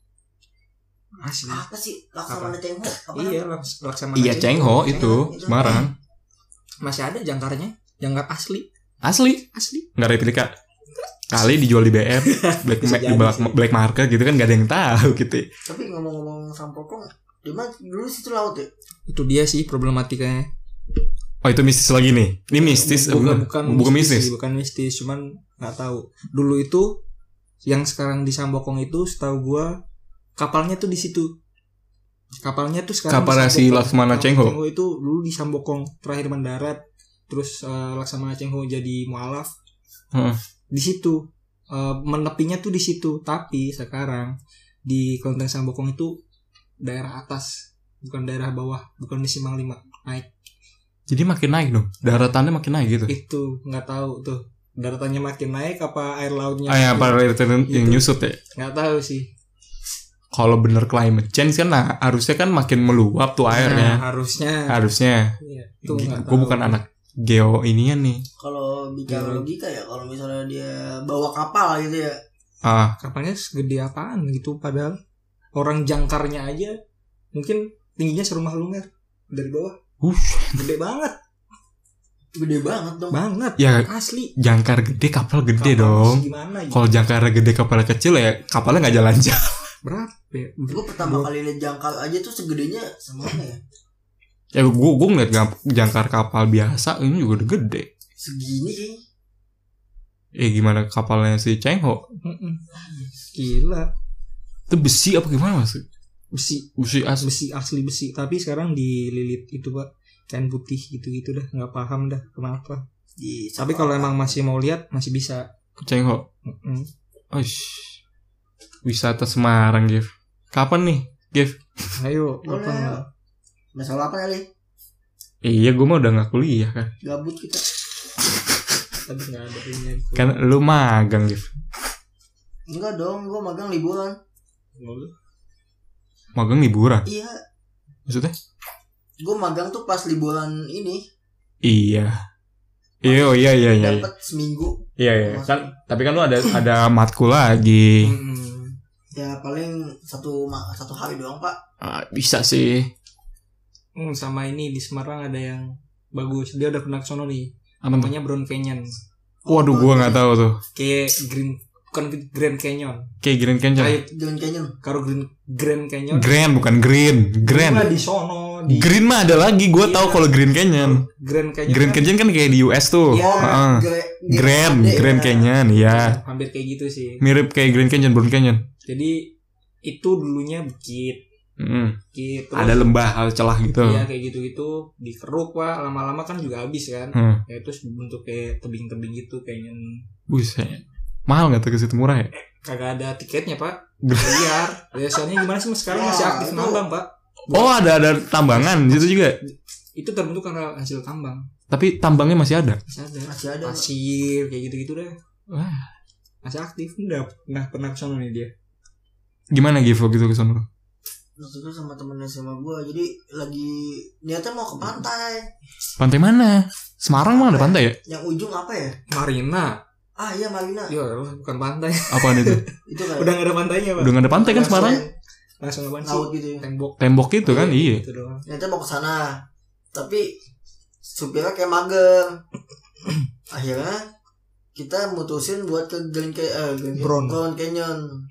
Asli. Apa sih? Laksamana Cengho? Iya, Laksamana Cengho itu Semarang. Masih ada jangkarnya, jangkar asli. Nggak replika. Kali dijual di BM, black market gitu kan nggak ada yang tahu gitu. Tapi ngomong-ngomong Sampokong, di mana dulu situ laut ya? Itu dia sih problematikanya. Oh itu mistis lagi nih. Ini mistis bukan mistis. Bukan mistis, cuman nggak tahu. Dulu itu yang sekarang di Sampokong itu setahu gua kapalnya tuh di situ. Kapalnya tuh sekarang kapal si Laksamana Cengho itu dulu di Sampokong terakhir mendarat. Terus Laksamana Cengho jadi mualaf. Di situ menepinya tuh di situ. Tapi sekarang di kelenteng Sampokong itu daerah atas, bukan daerah bawah, bukan di Simpang 5, naik. Jadi makin naik dong, daratannya makin naik gitu. Itu nggak tahu tuh daratannya makin naik apa air lautnya. Apa air lautnya yang nyusut ya? Nggak tahu sih. Kalau bener climate change kan harusnya kan makin meluap tuh airnya. Harusnya. Iya, gue bukan anak geo inian nih. Kalau bicara logika ya, kalau misalnya dia bawa kapal gitu ya. Kapalnya segede apaan gitu, padahal orang jangkarnya aja mungkin tingginya serumah lumer dari bawah. Gede banget dong. Banget. Ya, asli. Jangkar gede, kapal gede dong. Kalau jangkar gede, kapal kecil ya kapalnya nggak jalan-jalan. Berapa ya? Gue pertama kali lihat jangkar aja tuh segedenya semana ya? Ya gue ngeliat jangkar kapal biasa ini juga udah gede. Segini sih. Gimana kapalnya si Cengho? Gila. Itu besi apa gimana mas? Besi asli besi. Tapi sekarang dililit itu Pak, kain putih gitu dah. Nggak paham dah kenapa. Tapi kalau emang masih mau lihat masih bisa. Cengho. Wisata Semarang, Gif. Kapan nih, Gif? Ayo, kapan? Masalah apa kali? Iya, gue mah udah gak kuliah kan. Gabut kita. Tapi gak ada punya. Kan lu magang, Gif. Enggak dong, gue magang liburan. Magang liburan? Iya. Maksudnya? Gue magang tuh pas liburan ini. Iya. Iya. Dapat seminggu. Iya. Kan, tapi kan lu ada matkul lagi. Ya paling satu hari doang, Pak. Bisa sih. Sama ini di Semarang ada yang bagus. Dia udah pernah ke sono nih. Apa namanya Brown Canyon. Waduh, gua nggak tahu tuh. Kayak Grand Canyon. Kayak Grand Canyon. Grand Canyon. Karo Grand Canyon. Grand bukan Green. Grand. Di sono. Green mah ada lagi. Gua tahu kalau Green Canyon. Grand Canyon. Grand Canyon kan kayak di US tuh. Iya. Grand Canyon, ya. Hampir kayak gitu sih. Mirip kayak Grand Canyon, Brown Canyon. Jadi itu dulunya bukit. Gitu. Ada lembah, ada celah gitu. Iya kayak gitu-gitu dikeruk Pak, lama-lama kan juga habis kan. Ya terus bentuk kayak tebing-tebing gitu kayaknya. Buset. Mahal enggak tuh ke situ, murah ya? Kagak ada tiketnya Pak. Bayar. Ya soalnya gimana sih sekarang masih aktif nambang Pak. Oh, ada tambangan di situ juga. Itu terbentuk karena hasil tambang. Tapi tambangnya masih ada. Masih ada. Pasir kayak gitu-gitu deh. Wah, masih aktif. Udah pernah ke sana nih dia. Gimana Givo gitu ke sana? Waktu itu sama temennya sama gue, jadi lagi niatnya mau ke pantai. Pantai mana? Semarang mah ada pantai ya? Yang ujung apa ya? Marina. Iya Marina. Iya bukan pantai. Apaan itu? Itu kayak udah gak ada pantainya Pak. Udah gak ada pantai kan Semarang? Langsung ke laut gitu ya. Tembok itu kan, iya. Gitu doang. Niatnya mau ke sana, tapi supirnya kayak mager. Akhirnya kita mutusin buat ke Brown Canyon.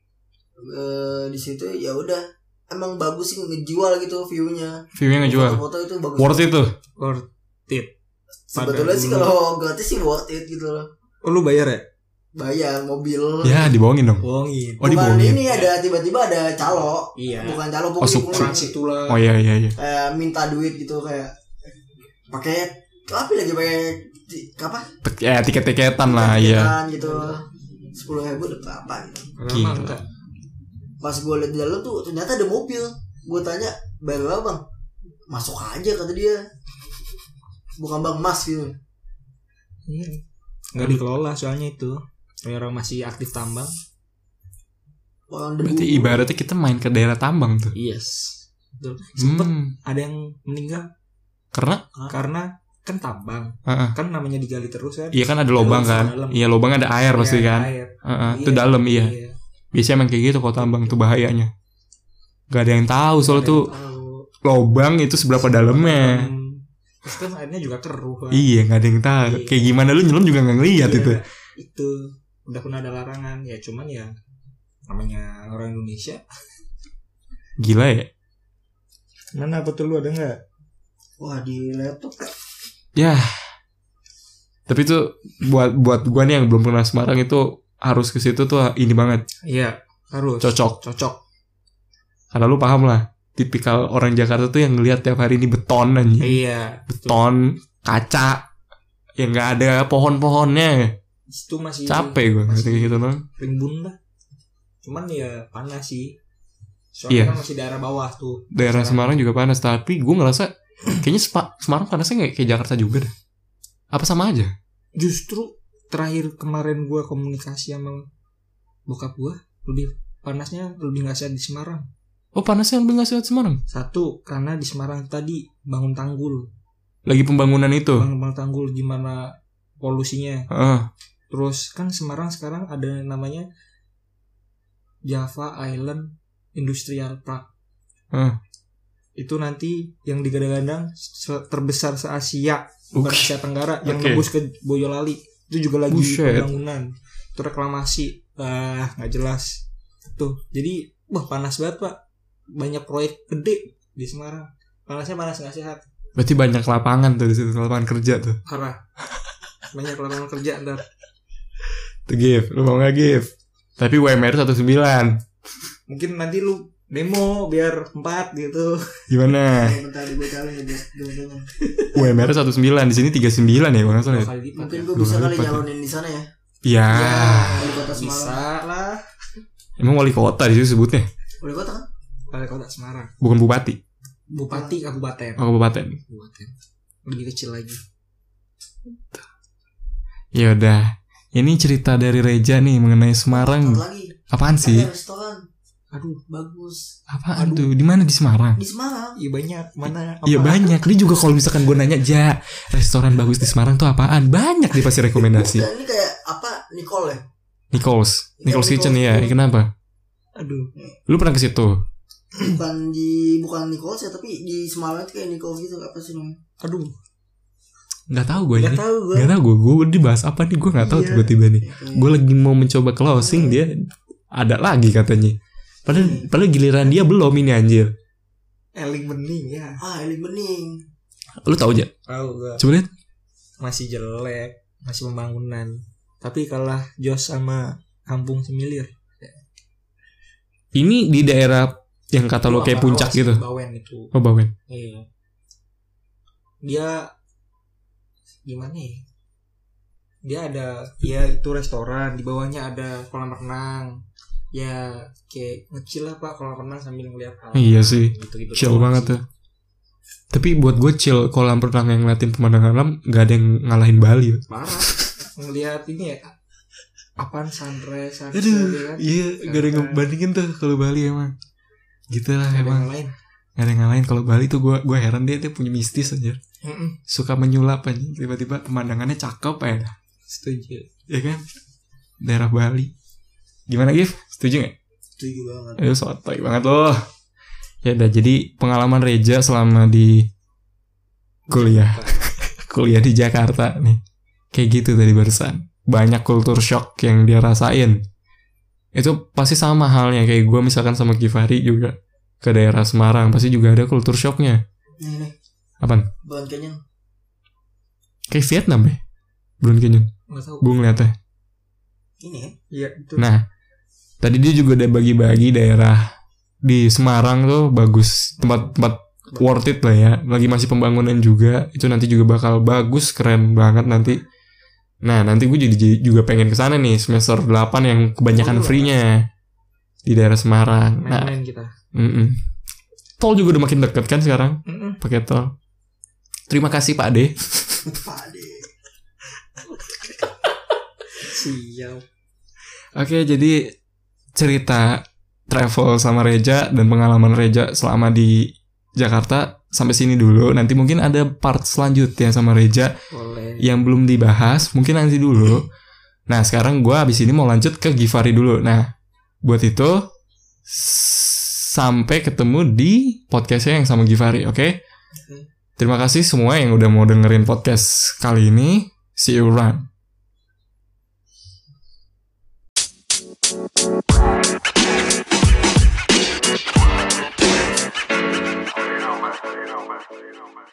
Di situ ya udah. Emang bagus sih, ngejual gitu view-nya. View-nya ngejual. Foto itu bagus. Worth it tuh. Worth it. Sebetulnya sih kalau gratis sih worth it gitu loh. Oh lu bayar ya? Bayar mobil. Ya dibohongin dong. Bohongin. Oh bukan dibohongin. Ini ada tiba-tiba ada calo. Iya. Bukan calo transit itulah. Oh iya. Kayak minta duit gitu kayak pakai apa lagi pakai apa? Ya tiket-tiketan lah ya. Gitu. 10.000 udah berapa gitu. Gila. Pas gue liat di dalam tuh ternyata ada mobil. Gue tanya bayar berapa bang? Masuk aja kata dia. Bukan bang mas gitu. Nggak dikelola soalnya itu. Orang masih aktif tambang. Berarti ibaratnya kita main ke daerah tambang tuh. Yes. Sempet ada yang meninggal. Karena kan tambang. Kan namanya digali terus kan. Iya kan ada lubang kan. Iya lubang ada air pasti kan. Itu dalam iya. Biasanya emang kayak gitu kalau tambang tuh bahayanya. Gak ada yang tahu soalnya tuh lubang itu seberapa dalamnya. Terus kan airnya juga keruh kan? Iya gak ada yang tahu. Kayak gimana lu nyelam juga gak ngeliat itu. Itu udah pernah ada larangan. Ya cuman ya namanya orang Indonesia. Gila ya. Mana apa tuh lu ada gak? Wah di laptop. Ya. Tapi tuh buat gua nih yang belum pernah Semarang itu harus ke situ tuh ini banget. Iya, harus. Cocok. Karena lu paham lah, tipikal orang Jakarta tuh yang ngelihat tiap hari ini beton aja. Iya. Beton, kaca, yang nggak ada pohon-pohonnya. Itu masih capek gue ngerti kayak gitu dong. Rimbun lah. Cuman ya panas sih. Soalnya kan masih daerah bawah tuh. Daerah Semarang juga panas, tapi gue ngerasa kayaknya Semarang panasnya kayak Jakarta juga deh. Apa sama aja? Justru terakhir kemarin gue komunikasi sama bokap gue, lebih panasnya lebih nggak sehat di Semarang. Oh panasnya lebih nggak sehat Semarang? Satu karena di Semarang tadi bangun tanggul. Lagi pembangunan itu. Bangun tanggul gimana polusinya. Terus kan Semarang sekarang ada namanya Java Island Industrial Park. Itu nanti yang digadang-gadang terbesar se-Asia, bukan Asia Tenggara, yang nembus ke Boyolali. Itu juga lagi pembangunan. Itu reklamasi. Gak jelas. Tuh. Jadi panas banget pak. Banyak proyek gede di Semarang. Panasnya panas gak sehat. Berarti banyak lapangan tuh di situ, lapangan kerja tuh. Parah. Banyak lapangan kerja ntar. Tuh Gif, lu mau gak Gif? Tapi UMR 19. Mungkin nanti lu demo biar 4 gitu. Gimana? Bentar gue calon ya UMR 19 di sini 39 ya bang asal ya. Mungkin gue bisa kali nyalonin di sana ya. Iya. Wali kota Semarang. Bisa lah. Emang wali kota di situ sebutnya? Wali kota kan? Wali kota Semarang. Bukan bupati. Bupati kabupaten. Oh kabupaten. Lebih kecil lagi. Ya udah. Ini cerita dari Reja nih mengenai Semarang. Lagi. Apaan sih? Ada restoran. Aduh, bagus. Apaan tuh? Di mana di Semarang? Di Semarang. Iya banyak. Mana? Iya banyak. Dia juga kalau misalkan gue nanya, Ja, restoran bagus di Semarang tuh apaan? Banyak dia pasti rekomendasi. Dan ini kayak apa? Nicole ya? Nichols Kitchen ya. Kitchen. Kenapa? Aduh. Lu pernah ke situ? Bukan Nichols ya, tapi di Semarang itu kayak Nichols gitu, apa sih namanya? Aduh. Nggak tahu gue ini. Gue. Nggak tahu gue dibahas apa nih, gue nggak tahu tiba-tiba nih. Gue lagi mau mencoba closing, dia ada lagi katanya. Padahal giliran dia belum ini anjir. Eling Bening ya. Eling Bening. Lu tahu aja? Tahu gue. Coba lihat. Masih jelek, masih pembangunan. Tapi kalah Jos sama Kampung Semilir. Ini di daerah yang kata lo kayak puncak gitu. Bawen itu. Oh, Bawen. Iya. Dia gimana ya? Dia ada ya itu restoran, di bawahnya ada kolam renang. Ya kayak ngecil lah Pak, kolam renang sambil ngeliat alam. Iya sih. Gitu-gitu Chill banget tuh. Tapi buat gue chill kolam renang yang ngeliatin pemandangan alam gak ada yang ngalahin Bali. Parah. Ngeliat ini ya. Apaan sunrise, sunset. Aduh, iya, gak ada yang ngebandingin tuh kalau Bali emang. Gitu lah emang. Gak ada yang ngalahin. Kalau Bali tuh gue heran dia punya mistis aja. Suka menyulap aja. Tiba-tiba pemandangannya cakep ya. Setuju. Ya kan? Daerah Bali. Gimana Gif? Setuju gak? Setuju banget. Aduh sotoy banget loh. Ya udah, jadi pengalaman Reja selama di kuliah di Jakarta nih. Kayak gitu tadi barusan. Banyak kultur shock yang dia rasain. Itu pasti sama halnya kayak gue misalkan sama Givari juga ke daerah Semarang, pasti juga ada kultur shocknya. Nih. Apaan? Grand Canyon. Kayak Vietnam ya? Grand Canyon. Nggak tahu. Gue ngeliatnya. Ini ya? Iya itu. Nah, tadi dia juga udah bagi-bagi daerah di Semarang tuh bagus, tempat-tempat worth it lah ya. Lagi masih pembangunan juga, itu nanti juga bakal bagus, keren banget nanti. Nah, nanti gue jadi juga pengen kesana nih semester 8 yang kebanyakan free-nya di daerah Semarang. Main-main kita. Tol juga udah makin deket kan sekarang, pakai tol. Terima kasih Pak D. Pak D. Siap. Oke, jadi cerita travel sama Reja dan pengalaman Reja selama di Jakarta sampai sini dulu. Nanti mungkin ada part selanjutnya sama Reja. Boleh. Yang belum dibahas, mungkin nanti dulu. Nah, sekarang gue abis ini mau lanjut ke Givari dulu. Nah, buat itu sampai ketemu di podcastnya yang sama Givari, oke? Terima kasih semua yang udah mau dengerin podcast kali ini. See you around. You know, man.